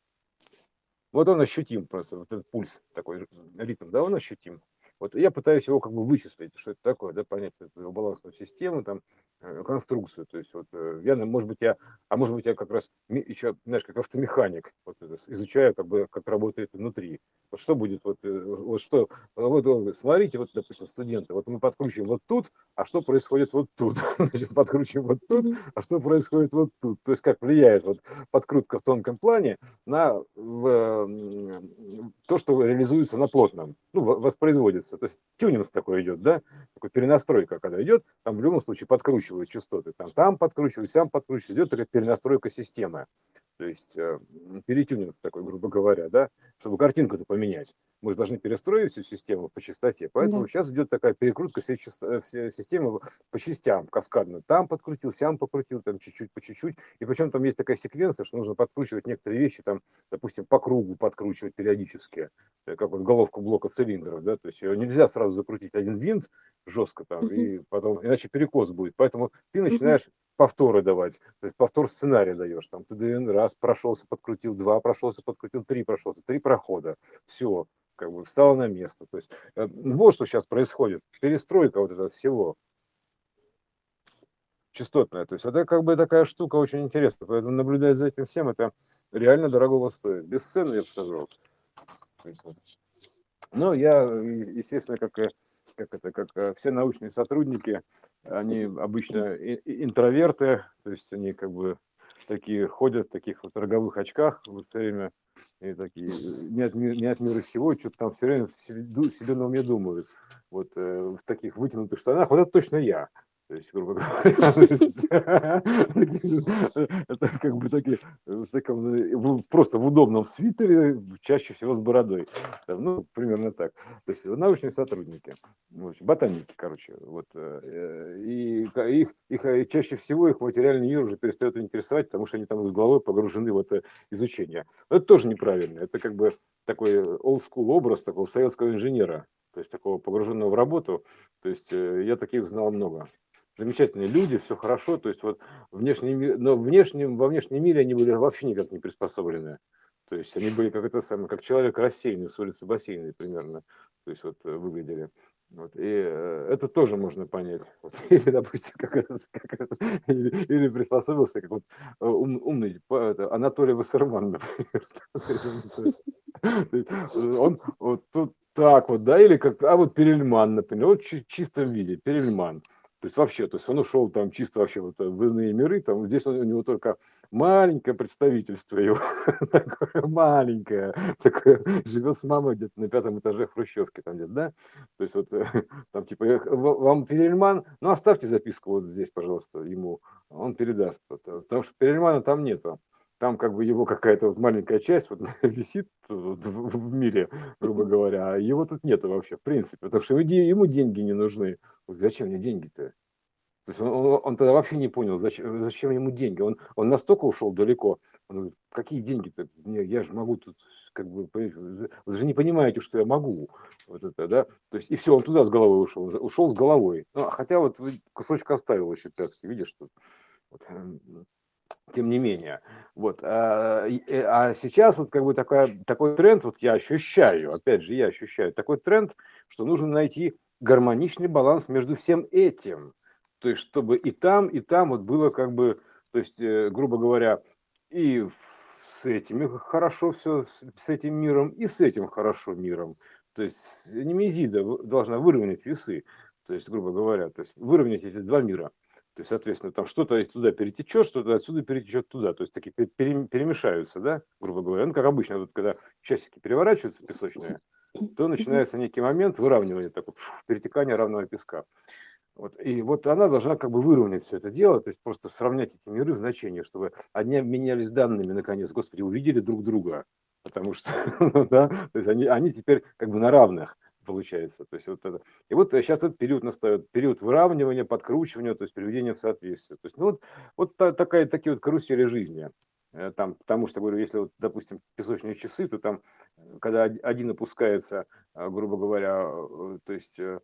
вот он ощутим просто, вот этот пульс такой, ритм, да, он ощутим. Вот я пытаюсь его как бы вычислить, что это такое, да, понять эту балансную систему, там, э, конструкцию. То есть вот э, я, ну, может быть, я, а может быть, я как раз еще, знаешь, как автомеханик, вот это, изучаю, как бы, как работает внутри. Вот что будет, вот, э, вот что, вот, вот, смотрите, вот, допустим, студенты, вот мы подкручиваем вот тут, а что происходит вот тут? Значит, подкручиваем вот тут, Мгм. а что происходит вот тут? То есть как влияет вот подкрутка в тонком плане на в, то, что реализуется на плотном, ну, воспроизводится. То есть тюнинг такой идет, да, такой перенастройка, когда идет, там в любом случае подкручивают частоты, там, там подкручивают, сам подкручивают, идет такая перенастройка системы. То есть э, перетюнинг такой, грубо говоря, да, чтобы картинку-то поменять. Мы же должны перестроить всю систему по частоте. Поэтому Да. сейчас идет такая перекрутка всей, всей системы по частям, каскадно. Там подкрутил, сям покрутил, там чуть-чуть по чуть-чуть. И причем там есть такая секвенция, что нужно подкручивать некоторые вещи, там, допустим, по кругу подкручивать периодически, как вот головку блока цилиндров, да, то есть ее нельзя сразу закрутить один винт жестко там, Мгм. и потом, иначе перекос будет. Поэтому ты Мгм. начинаешь повторы давать, то есть повтор сценария даешь, там, ты один раз прошелся, подкрутил, два прошелся, подкрутил, три прошелся, три прохода, все, как бы встало на место. То есть э, вот что сейчас происходит, перестройка вот этого всего частотная. То есть это как бы такая штука очень интересная. Поэтому наблюдать за этим всем, это реально дорогого стоит. Бесценно, я бы сказал. То есть, вот. Ну, я, естественно, как, и- как это, как э, все научные сотрудники, они обычно и- и интроверты, то есть они как бы такие ходят в таких вот роговых очках вот все время, и такие э, не от, ми- не от мира сего, что-то там все время себе, ду- себе на уме думают. Вот э, в таких вытянутых штанах. Вот это точно я. То есть, грубо говоря, то есть, это как бы такие, в таком, э, в- просто в удобном свитере, чаще всего с бородой. Там, ну, примерно так. То есть научные сотрудники, в общем, ботаники, короче. Вот, э, и ка- их, их э, чаще всего их материальный мир уже перестает интересовать, потому что они там с головой погружены в это изучение. Но это тоже неправильно. Это как бы такой old school образ такого советского инженера, то есть такого погруженного в работу. То есть э, я таких знал много. Замечательные люди, все хорошо, то есть вот внешний мир, но внешнем, во внешнем мире они были вообще никак не приспособлены. То есть они были как это самое, как человек рассеянный с улицы Бассейной примерно, то есть вот э, выглядели. Вот, и э, это тоже можно понять. Вот, или, допустим, как это, как это, или, или приспособился, как вот э, ум- умный по- это, Анатолий Вассерман, например. То есть, э, Он вот тут так вот, да, или как, а вот Перельман, например, вот в чистом виде, Перельман. То есть вообще, то есть он ушел там чисто вообще вот в иные миры, там здесь он- у него только маленькое представительство его, такое маленькое, такое, живет с мамой где-то на пятом этаже хрущевки там где-то, да, то есть вот э, там типа э, в- вам Перельман, ну оставьте записку вот здесь, пожалуйста, ему, он передаст, вот, э, потому что Перельмана там нету. Там как бы его какая-то вот маленькая часть вот висит вот в, в мире, грубо говоря, а его тут нету вообще, в принципе, потому что ему, де- ему деньги не нужны. Вот зачем мне деньги-то? То есть он, он- он тогда вообще не понял, зачем, зачем ему деньги. Он, он настолько ушел далеко. Он говорит, какие деньги-то? Мне- Я же могу тут, как бы, понимаете, вы вы же не понимаете, что я могу. Вот это, да? То есть, и все, он туда с головой ушел. Ушел с головой. Ну, хотя вот вы кусочек оставил еще пятки, видишь, что вот, эм, тем не менее. Вот. А, и- э, а сейчас вот как бы такая, такой тренд, вот я ощущаю, опять же, я ощущаю такой тренд, что нужно найти гармоничный баланс между всем этим. То есть, чтобы и там, и там вот было как бы, то есть, э, грубо говоря, и в- с этими хорошо все, с этим миром, и с этим хорошо миром. То есть Немезида в- должна выровнять весы, то есть, грубо говоря, то есть выровнять эти два мира. То есть, соответственно, там что-то из туда перетечет, что-то отсюда перетечет туда. То есть такие пе- пере- перемешаются, да, грубо говоря. Ну, как обычно, вот когда часики переворачиваются песочные, то Мгм. начинается некий момент выравнивания, такого фу, перетекания равного песка. Вот. И вот она должна как бы выровнять все это дело, то есть просто сравнять эти миры в значении, чтобы одни обменялись данными, наконец, Господи, увидели друг друга. Потому что, ну да, то есть они, они теперь как бы на равных получается. То есть вот это. И вот сейчас этот период настает, период выравнивания, подкручивания, то есть приведения в соответствие. То есть ну вот, вот та- такая, такие вот карусели жизни. Э, Там, потому что, говорю, если, вот, допустим, песочные часы, то там, э, когда од- один опускается, э, грубо говоря, э, то есть э,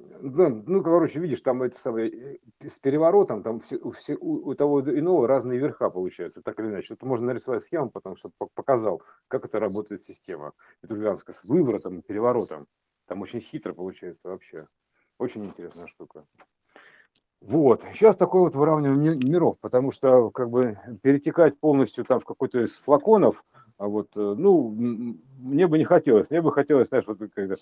ну, ну, короче, видишь, там это самое, э, с переворотом, там все, у, все- у- у того иного разные верха получаются, так или иначе. Это можно нарисовать схему, потому что по- показал, как это работает система. Итальянская с выворотом и переворотом. Там очень хитро получается вообще. Очень интересная штука. Вот. Сейчас такое вот выравнивание ми- миров, потому что как бы перетекать полностью там в какой-то из флаконов, а вот, э, ну, м, мне бы не хотелось. Мне бы хотелось, знаешь, вот когда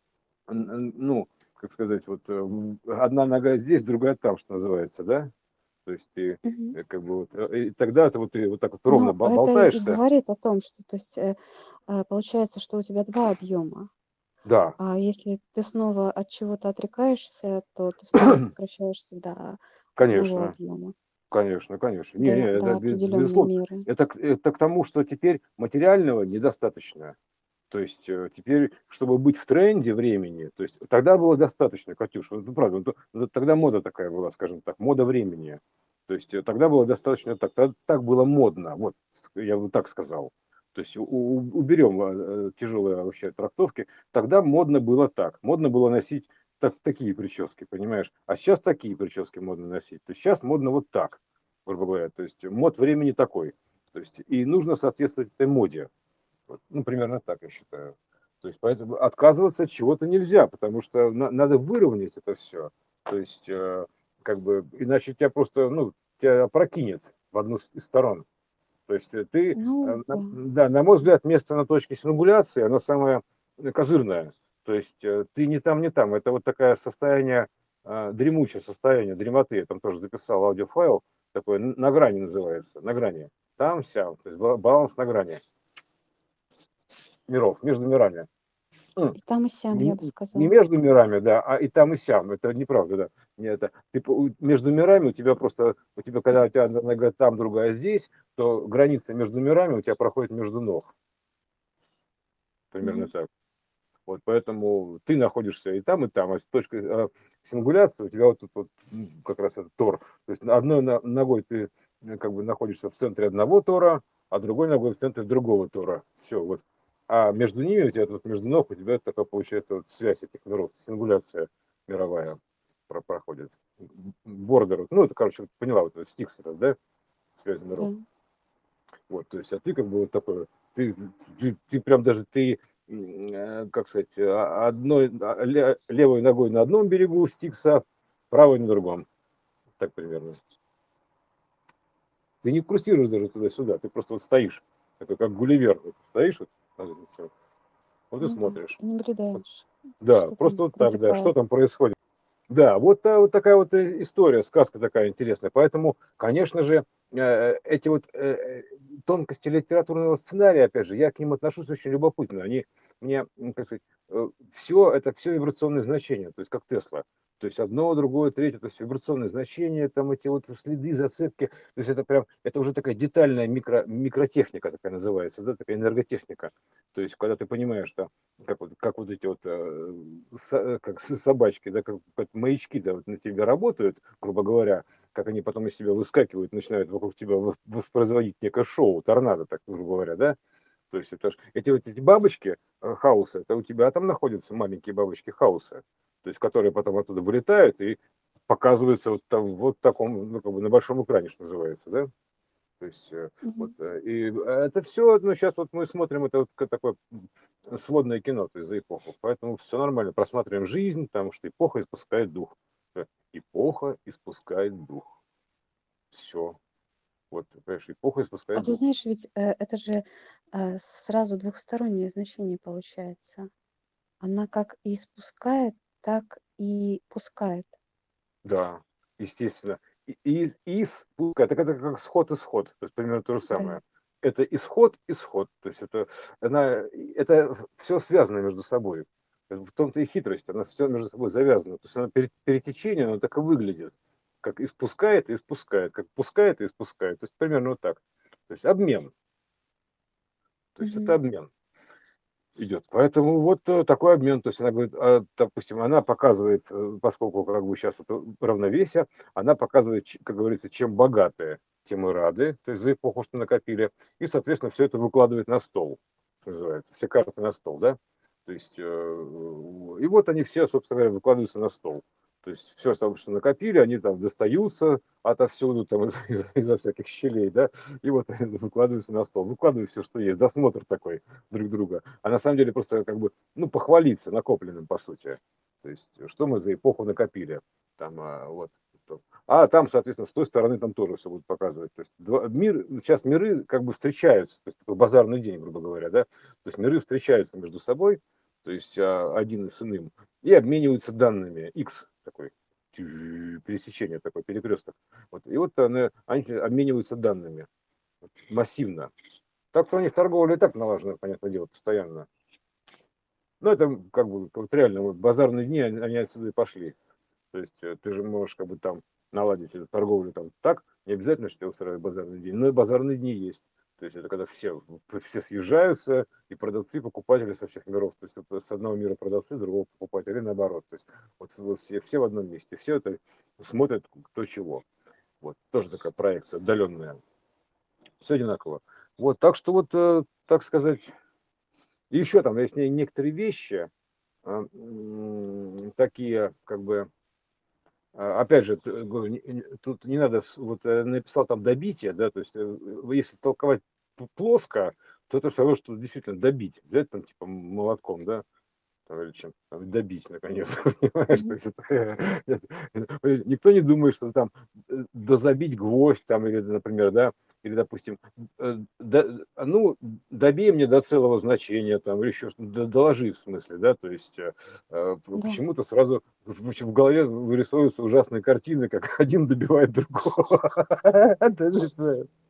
н- н- ну, как сказать, вот э, м, одна нога здесь, другая там, что называется, да? То есть ты Мгм. э, как бы вот, э, и тогда ты вот, ты вот так вот ровно Ну, ба- это и болтаешься, говорит о том, что, то есть, э, э, получается, что у тебя два объема. да, А если ты снова от чего-то отрекаешься, то ты снова сокращаешься до одного конечно, объема, конечно, конечно. Не, не, до, это до без- определенной безусловно. меры. Это, к- это к тому, что теперь материального недостаточно. То есть э, теперь, чтобы быть в тренде времени, то есть тогда было достаточно, Катюш, ну правда, ну, то- ну, тогда мода такая была, скажем так, мода времени. То есть э, тогда было достаточно так, так, так было модно, вот с- я бы так сказал. То есть у- у- уберем э, тяжелые вообще трактовки, тогда модно было так, модно было носить так, такие прически, понимаешь? А сейчас такие прически модно носить. То есть сейчас модно вот так, грубо говоря. То есть мод времени такой. То есть и нужно соответствовать этой моде. Вот, ну, примерно так я считаю. То есть поэтому отказываться от чего-то нельзя, потому что на- надо выровнять это все. То есть э, как бы иначе тебя просто, ну, тебя опрокинет в одну из сторон. То есть э, ты, Ну, э, на- да. да, на мой взгляд, место на точке сингуляции, оно самое э, козырное. То есть э, ты не там, не там. Это вот такое состояние, э, дремучее состояние, дремоты. Я там тоже записал аудиофайл, такой н- на грани называется, на грани. Там вся, то есть ба- баланс на грани миров, между мирами. М, И там, и сям, не я бы не сказала. между мирами, да, а и там, и сям. Это неправда, да. Не это ты по между мирами у тебя просто, у тебя, когда у тебя одна нога там, другая здесь, то граница между мирами у тебя проходит между ног. Примерно Мгм. так. Вот поэтому ты находишься и там, и там. А с точки, а, сингуляции у тебя вот тут вот, м, как раз этот тор. То есть на одной на ногой ты, э, как бы находишься в центре одного тора, а другой ногой в центре другого тора. Все вот. А между ними у тебя тут, между ног у тебя такая получается вот связь этих миров, сингуляция мировая про проходит. М, бордер. Ну, это, короче, вот поняла, вот этот Стикс этот, да, связь Да. миров. Вот, то есть, а ты как бы вот такой, ты, ты, ты прям даже ты, м, э, как сказать, а, одной а, ле- левой ногой на одном берегу Стикса, правой на другом. Так примерно. Ты не курсируешь даже туда-сюда, ты просто вот стоишь, такой как Гулливер, вот стоишь вот, вот, всё, вот и Ну да, смотришь. и Вот. наблюдаешь, Да, что там просто вот так, да, что протекает. там происходит. Да, вот, та- вот такая вот э, история, сказка такая интересная. Поэтому, конечно же, э, эти вот э, э, тонкости литературного сценария, опять же, я к ним отношусь очень любопытно. Они мне, м, как сказать, все, это все вибрационные значения, то есть как Тесла. То есть одно, другое, третье, то есть вибрационные значения, там эти вот следы, зацепки. То есть это прям, это уже такая детальная микро, микротехника такая называется, да, такая энерготехника. То есть когда ты понимаешь, что как вот, как вот эти вот э, со- как с- собачки, да, как, как маячки, да, вот на тебе работают, грубо говоря, как они потом из тебя выскакивают, начинают вокруг тебя вос- воспроизводить некое шоу, торнадо, так грубо говоря, да. То есть это ж, эти вот эти бабочки э, хаоса, это у тебя там находятся маленькие бабочки хаоса, то есть которые потом оттуда вылетают и показываются вот там вот таком, ну, как бы на большом экране, что называется, да. То есть, э, вот, Мгм. э, и это все, ну, сейчас вот мы смотрим, это вот как такое м, сводное кино, то есть за эпоху. Поэтому все нормально, просматриваем жизнь, потому что эпоха испускает дух. Э, Эпоха испускает дух. Все. Вот, понимаешь, эпоха А испускает ты дух. знаешь, ведь, э, это же, э, сразу двухстороннее значение получается. Она как и испускает, так и пускает. Да, естественно. И, и, из, пускай, так это как сход-исход, то есть примерно то же Да. самое. Это исход-исход, то есть это, она, это все связано между собой. В том-то и хитрость, она все между собой завязана. То есть она пере- перетечение, оно так и выглядит. Как испускает и испускает, как пускает и испускает. То есть примерно вот так. То есть обмен. То есть это Мгм. обмен идет. Поэтому вот э, такой обмен. То есть она говорит, а, допустим, она показывает, э, поскольку как бы сейчас вот равновесие, она показывает, ч- как говорится, чем богатые, тем и рады, то есть за эпоху, что накопили, и, соответственно, все это выкладывает на стол, что называется, все карты на стол, да, то есть, э, и вот они все, собственно говоря, выкладываются на стол. То есть все, что накопили, они там достаются отовсюду, там, из- изо всяких щелей, да, и вот выкладываются на стол. Выкладывают все, что есть, досмотр такой друг друга, а на самом деле просто как бы, ну, похвалиться накопленным, по сути. То есть, что мы за эпоху накопили. Там, а, вот. А там, соответственно, с той стороны там тоже все будут показывать. То есть два, мир, сейчас миры как бы встречаются, то есть такой базарный день, грубо говоря, да. То есть миры встречаются между собой, то есть а, один с иным, и обмениваются данными. X такой пересечение такое, перекресток. Вот. И вот они, они обмениваются данными массивно. Так-то у них торговля и так налажена, понятное дело, постоянно. Ну, это как бы вот реально вот базарные дни, они, они отсюда и пошли. То есть э, ты же можешь как бы там наладить эту торговлю там так, не обязательно, что тебе устраивает базарный день, но и базарные дни есть. То есть это когда все, все съезжаются, и продавцы, и покупатели со всех миров. То есть это с одного мира продавцы, с другого покупатели, наоборот. То есть вот, вот все, все в одном месте, все это смотрят кто чего. Вот, тоже такая проекция отдаленная. Все одинаково. Вот, так что вот, э, так сказать, и еще там есть не- некоторые вещи, а, м, такие, как бы, а, опять же, т- говорю, не- не- тут не надо, с- вот э, написал там добитие, да, то есть э, э, если толковать п- плоско, то это все равно, что действительно добить, взять там типа молотком, да, там, или чем там, добить наконец, понимаешь, то Мгм. есть это, это- это- никто не думает, что там э, дозабить гвоздь там или, например, да, или, допустим, э, до- ну, добей мне до целого значения там, или еще что-то, д- доложи в смысле, да, то есть э, э, Да. почему-то сразу в, в голове вырисовываются ужасные картины, как один добивает другого.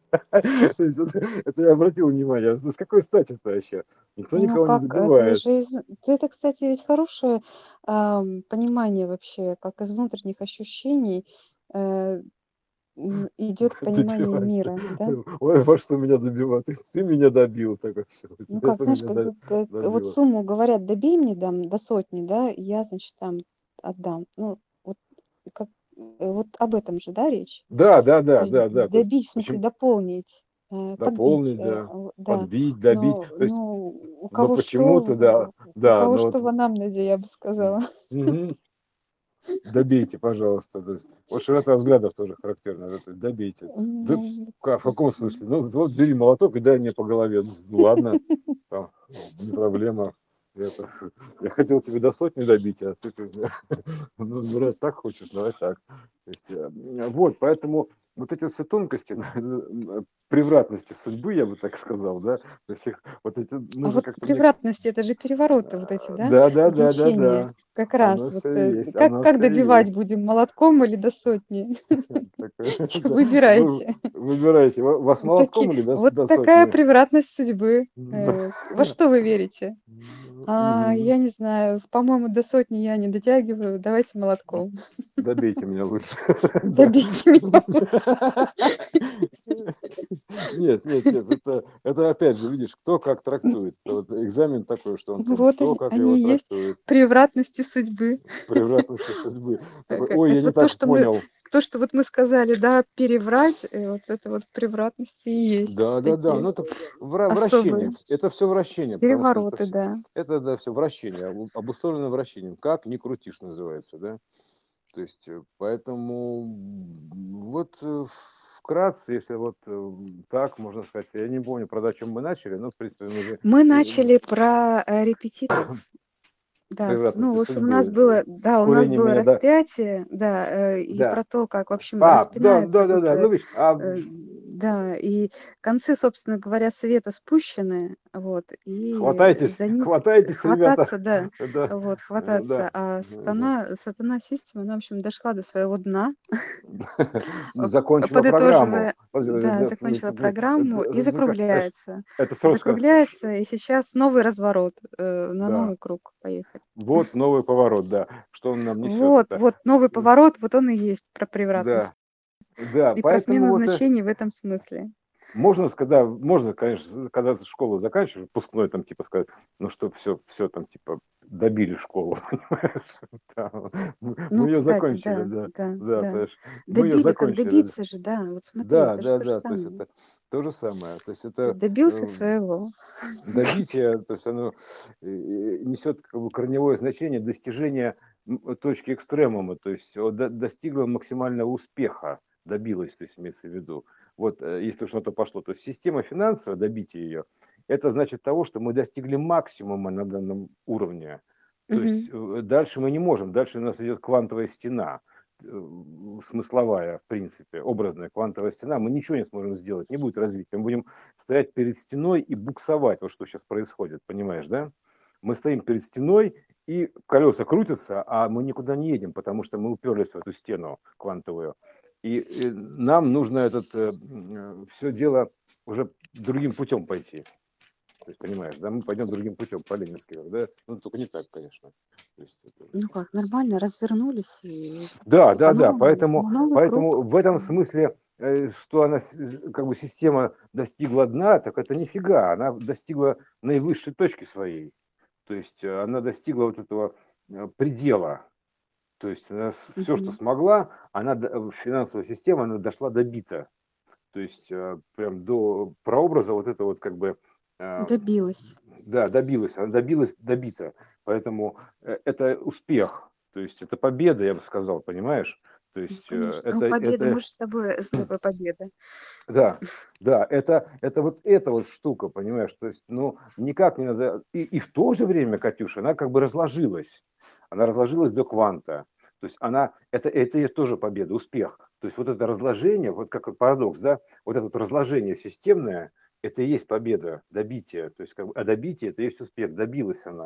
То есть это, это я обратил внимание. С какой стати-то вообще? Никто Ну никого не как, это добивает. же из... Это, кстати, ведь хорошее ам, понимание вообще, как из внутренних ощущений э, м, идет понимание Добивать. мира, да? Ой, во что меня добивать? Ты, ты меня добил, так все. Ну как, Это знаешь, меня как, до- бы, как вот добило. сумму говорят, добей мне там до сотни, да, и я, значит, там отдам. Ну, вот, как, э, вот об этом же, да, речь? Да, да, То да, есть да, да. То есть добить, в смысле почему дополнить, э, подбить. дополнить, э, да, в- Да, подбить, добить. но То есть, ну, у но кого что, почему-то, да, в- у да, кого но что вот в анамнезе, я бы сказала. мгм, добейте, пожалуйста. То есть, вот широта взглядов тоже характерна. Да, то есть добейте. Да, в Ну, ка- в каком смысле? Ну, вот бери молоток и дай мне по голове. Ну, ну, ладно, там, не проблема. Это, я хотел тебе до сотни добить, а ты, ты, ну, ну, раз так хочешь, давай так. То есть, э, вот, поэтому вот эти все тонкости, э, превратности судьбы, я бы так сказал, да, то есть их вот эти а нужно вот как-то мне... превратности, это же перевороты вот эти, да, Да, да, да, да, значения. да. Как Оно раз вот все э, есть, как, оно как все добивать есть. будем, молотком или до сотни? Такое, Чё да. Вы выбираете? выбираете, ва- вас Вот таки, молотком или до, с- вот до такая сотни? превратность судьбы. Э, Во что вы верите? А, Мгм. я не знаю, по-моему, до сотни я не дотягиваю. Давайте молотком. Добейте меня лучше. Да. Добейте меня лучше. Нет, нет, нет, это, это опять же, видишь, кто как трактует. Это вот экзамен такой, что он Ну там, вот кто они, как его они и есть трактует. превратности судьбы. Превратности судьбы. Э, Такой, как- ой, я Это не вот то, так что мы, понял. то, что вот мы сказали, да, переврать, э, вот это вот превратности и есть Да, да, да, такие ну это вра- вращение, особые вс- это все вращение, потому что это перевороты, все, да. это да, все вращение, обу- обусловлено вращением, как ни крутишь называется, да. То есть, э, поэтому м, вот э, вкратце, если вот э, так можно сказать, я не помню, про о чем мы начали, но в принципе мы же Мы э, начали про э, репетиторов. Да, с ну, превратности в общем, у нас судьбы, было, э, да, у нас курение было меня, да, распятие, да, э, и да. про то, как, в общем, А, да, распинается да, да, тут, да, э, ну видишь, а э, да, и концы, собственно говоря, света спущены, вот, и хватайтесь, за них хватайтесь, ребята, хвататься, да, да, вот, э, хвататься, да. а Мгм. сатана, сатана система, она, в общем, дошла до своего дна, э, Закончила программу. подытоживая, Подожди, да, да, закончила это программу и это- закругляется, это сразу скажешь, ш- закругляется, и сейчас новый разворот, э, на да, новый круг поехать. вот новый поворот, да, что он нам несет, Вот, это, вот новый поворот, вот он и есть про да, превратность да, и про поэтому смену вот э, значений в этом смысле. можно, когда, можно, конечно, когда ты школу заканчиваешь, выпускной, там, типа, сказать, ну, что все, все там, типа, добили школу, понимаешь? Да, мы мы Ну, ее кстати, закончили, да, да, да, да, да. понимаешь, мы ее Добили, как закончили, да. добиться же, да, вот смотри, Да, это же да, то же да, то есть самое. это то же самое. То есть это Добился э, своего. добитие, то есть оно э, несет как бы корневое значение достижения м, точки экстремума, то есть о, до- достигла максимального успеха, добилась, то есть имеется в виду. Вот э, если что-то пошло, то есть система финансовая, добитие ее, это значит того, что мы достигли максимума на данном уровне. То есть Мгм. э, дальше мы не можем, дальше у нас идет квантовая стена, э, смысловая, в принципе, образная квантовая стена, мы ничего не сможем сделать, не будет развития. Мы будем стоять перед стеной и буксовать, вот что сейчас происходит, понимаешь, да? Мы стоим перед стеной, и колеса крутятся, а мы никуда не едем, потому что мы уперлись в эту стену квантовую. И, и нам нужно этот э, все дело уже другим путем пойти. То есть, понимаешь, да, мы пойдем другим путем по-ленински, да, ну, только не так, конечно. То есть, это... Ну как, нормально, развернулись и, Да, и да, по да, новому, поэтому, на новый поэтому круг. в этом смысле, э, что она, с- э, как бы система достигла дна, так это нифига, она достигла наивысшей точки своей. То есть э, она достигла вот этого э, предела. То есть все, что Мгм. смогла, она, до- финансовая система, она дошла до бита. То есть э, прям до прообраза вот это вот как бы, э, Добилась. да, добилась, она добилась добита. Поэтому э, это успех, то есть это победа, я бы сказал, понимаешь? То Ну, есть э, конечно. Ну, это, победа, мы это, же с тобой, с тобой победа. да, да, это, это вот эта вот штука, понимаешь? То есть, ну, никак не надо. И, и в то же время, Катюша, она как бы разложилась. Она разложилась до кванта. То есть она, это, это и тоже победа, успех. То есть вот это разложение, вот как парадокс, да, вот это вот разложение системное, это и есть победа, добитие. То есть как бы, а добитие это и есть успех, добилась она.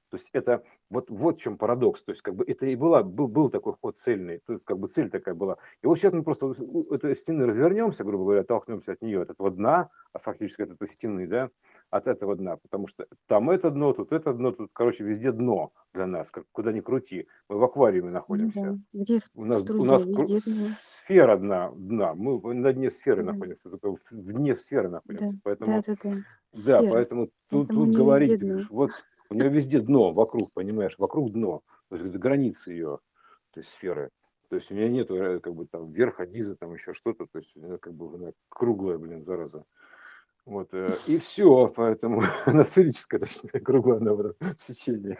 То есть это вот, вот в чем парадокс. То есть как бы это и была, был, был такой ход цельный, то есть как бы цель такая была. И вот сейчас мы просто у у этой стены развернемся, грубо говоря, оттолкнемся от нее, от этого дна, а фактически от этой стены, да, от этого дна, потому что там это дно, тут это дно, тут, короче, везде дно для нас, как, куда ни крути. Мы в аквариуме Ну да. находимся. Где в У в нас, у труде? нас кру- Везде дно. сфера дна, дна, мы на дне сферы Да. находимся, только в- вне сферы Да. находимся. Поэтому, Да-да-да. да, Сфера. поэтому тут, Поэтому у тут нее везде говорить, ты дно. говоришь, вот у нее везде дно вокруг, понимаешь, вокруг дно, то есть это границы ее, то есть сферы. То есть у нее нету э, как бы там верха, низа, там еще что-то, то есть у нее как бы она круглая, блин, зараза. Вот, э, и все, поэтому она сферическая, точнее, круглая, наоборот, в сечении.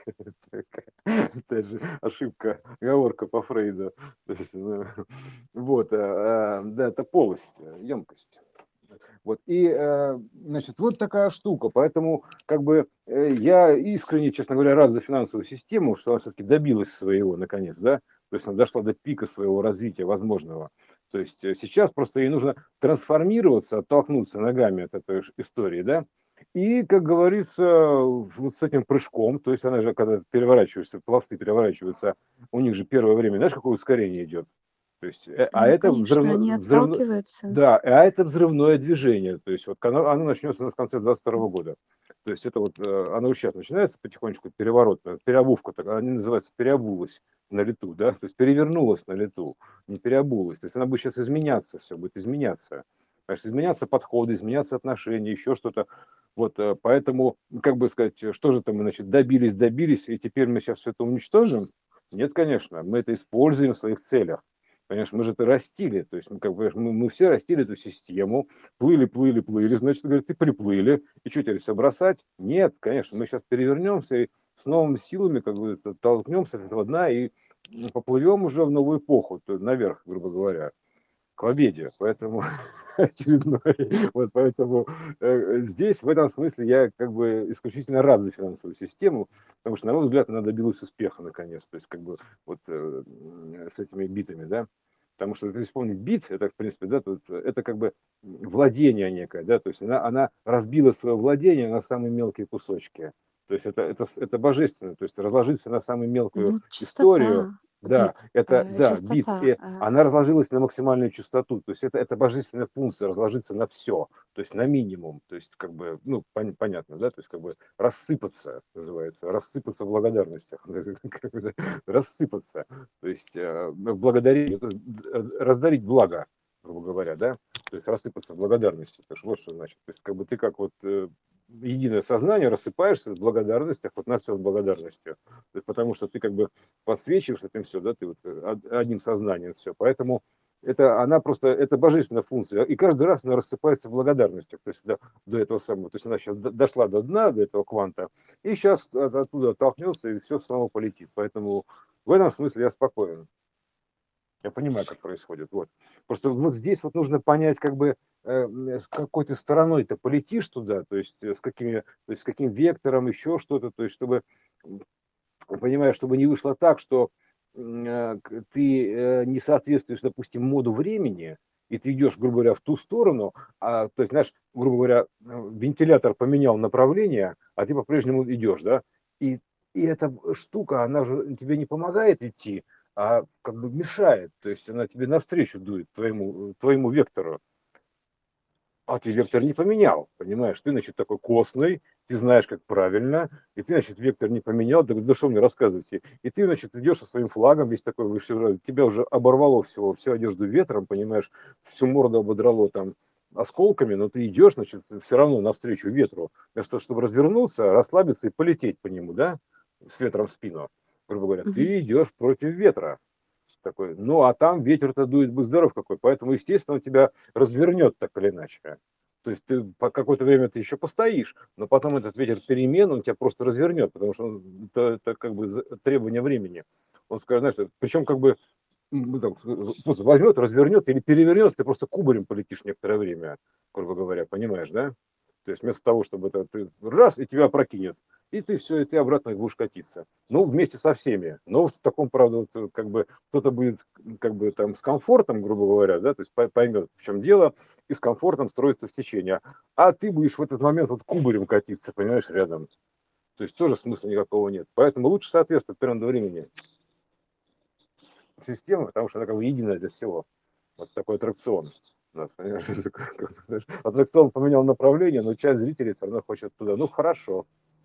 Такая, опять же, ошибка, оговорка по Фрейду. То есть, ну, вот, э, э, да, это полость, емкость. Вот, и, э, значит, вот такая штука, поэтому, как бы, э, я искренне, честно говоря, рад за финансовую систему, что она все-таки добилась своего, наконец, да, то есть она дошла до пика своего развития возможного. То есть э, сейчас просто ей нужно трансформироваться, оттолкнуться ногами от этой ж истории, да, и, как говорится, вот с этим прыжком, то есть она же, когда переворачиваешься, пловцы переворачиваются, у них же первое время, знаешь, какое ускорение идет? То есть, э, а Ну, это конечно, взрывно, они взрывно, отталкиваются. да, а это взрывное движение, то есть вот оно, оно начнется у нас в конце двадцать второго года. То есть это вот, э, оно сейчас начинается потихонечку, переворот, э, переобувка, так, они называются переобулась на лету, да, то есть перевернулась на лету, не переобулась. То есть она будет сейчас изменяться, все будет изменяться. Значит, изменяться подходы, изменяться отношения, еще что-то. Вот, э, поэтому, как бы сказать, э, что же там мы, значит, добились, добились, и теперь мы сейчас все это уничтожим? Нет, конечно, мы это используем в своих целях. Конечно, мы же это растили, то есть мы, как бы, мы, мы все растили эту систему, плыли, плыли, плыли, значит, говорят, и приплыли, и что теперь, все бросать? Нет, конечно, мы сейчас перевернемся и с новыми силами, как бы, толкнемся от этого дна и м, поплывем уже в новую эпоху, то, наверх, грубо говоря, к победе, поэтому очередной, вот поэтому э, здесь, в этом смысле, я как бы исключительно рад за финансовую систему, потому что, на мой взгляд, она добилась успеха, наконец, то есть, как бы, вот э, м, с этими битами, да, потому что, если вспомнить бит, это, в принципе, да, тут, это как бы владение некое, да, то есть она, она разбила свое владение на самые мелкие кусочки, то есть это, это, это божественно, то есть разложиться на самую мелкую Ну, историю, чистота, да, бит, это, э, да, бит, чистота. и э, она разложилась на максимальную частоту, то есть это, это божественная функция, разложиться на все, то есть на минимум, то есть как бы, ну, пон- понятно, да, то есть как бы рассыпаться, называется, рассыпаться в благодарностях, как бы, рассыпаться, то есть э, в благодарении, это, э, раздарить благо, грубо говоря, да, то есть рассыпаться в благодарности, потому что вот что значит, то есть как бы ты как вот э, единое сознание рассыпаешься в благодарностях, вот на все с благодарностью, То есть потому что ты как бы подсвечиваешь этим все, да, ты вот э, од- одним сознанием все. Поэтому это она просто, это божественная функция. И каждый раз она рассыпается в благодарностях. То есть до, до этого самого, то есть она сейчас дошла до дна, до этого кванта, и сейчас от- оттуда оттолкнется, и все снова полетит. Поэтому в этом смысле я спокоен. Я понимаю, как происходит. Вот. Просто вот здесь вот нужно понять, как бы э, с какой ты стороной ты полетишь туда, то есть э, с какими, то есть с каким вектором, еще что-то, то есть чтобы понимаешь, чтобы не вышло так, что м, э, к- ты э, не соответствуешь, допустим, моду времени, и ты идешь, грубо говоря, в ту сторону, а, то есть, знаешь, грубо говоря, э, вентилятор поменял направление, а ты по-прежнему идешь, да, и, и эта штука, она же тебе не помогает идти, а как бы мешает, то есть она тебе навстречу дует, твоему, твоему вектору. А ты вектор не поменял, понимаешь? Ты, значит, такой костный, ты знаешь, как правильно, и ты, значит, вектор не поменял, да, да что мне рассказываете? И ты, значит, идешь со своим флагом, весь такой, вы всё- тебя уже оборвало всего, всю одежду ветром, понимаешь, всю морду ободрало там осколками, но ты идешь, значит, все равно навстречу ветру, вместо того, чтобы развернуться, расслабиться и полететь по нему, да, с ветром в спину, грубо говоря, Мгм. ты идешь против ветра такой, ну, а там ветер-то дует, будь здоров какой, поэтому, естественно, он тебя развернет так или иначе. То есть ты по какое-то время ты еще постоишь, но потом этот ветер перемен, он тебя просто развернет, потому что он- это, это как бы за- требование времени. Он скажет, знаешь, причем как бы м, ну, там, просто возьмет, развернет или перевернет, ты просто кубарем полетишь некоторое время, грубо говоря, понимаешь, да? То есть вместо того, чтобы это ты раз и тебя опрокинет, и ты все, и ты обратно будешь катиться. Ну, вместе со всеми. Но в таком, правда, вот, как бы кто-то будет как бы там с комфортом, грубо говоря, да, то есть поймет, в чем дело, и с комфортом строится в течение. А ты будешь в этот момент вот кубарем катиться, понимаешь, рядом. То есть тоже смысла никакого нет. Поэтому лучше соответствовать периоду времени системы, потому что она как бы единая для всего. Вот такой аттракцион. У нас, понимаешь, знаешь, аттракцион поменял направление, но часть зрителей все равно хочет туда. Ну хорошо.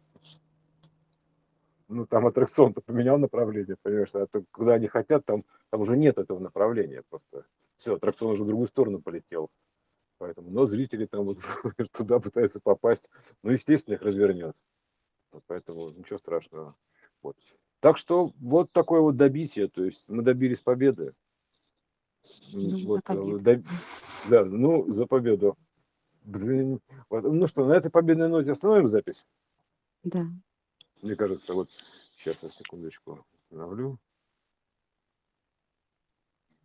Ну там аттракцион-то поменял направление, понимаешь, а то, куда они хотят, там, там уже нет этого направления просто. Все, аттракцион уже в другую сторону полетел. Поэтому, но зрители там вот туда пытаются попасть. Ну, естественно, их развернет. Вот поэтому ничего страшного. Вот. Так что вот такое вот добитие. То есть мы добились победы. М, Ну, за Вот, э, победу. доб- да, ну, за победу. Бзынь. Вот. Ну что, на этой победной ноте остановим запись? Да. Мне кажется, вот сейчас я секундочку остановлю.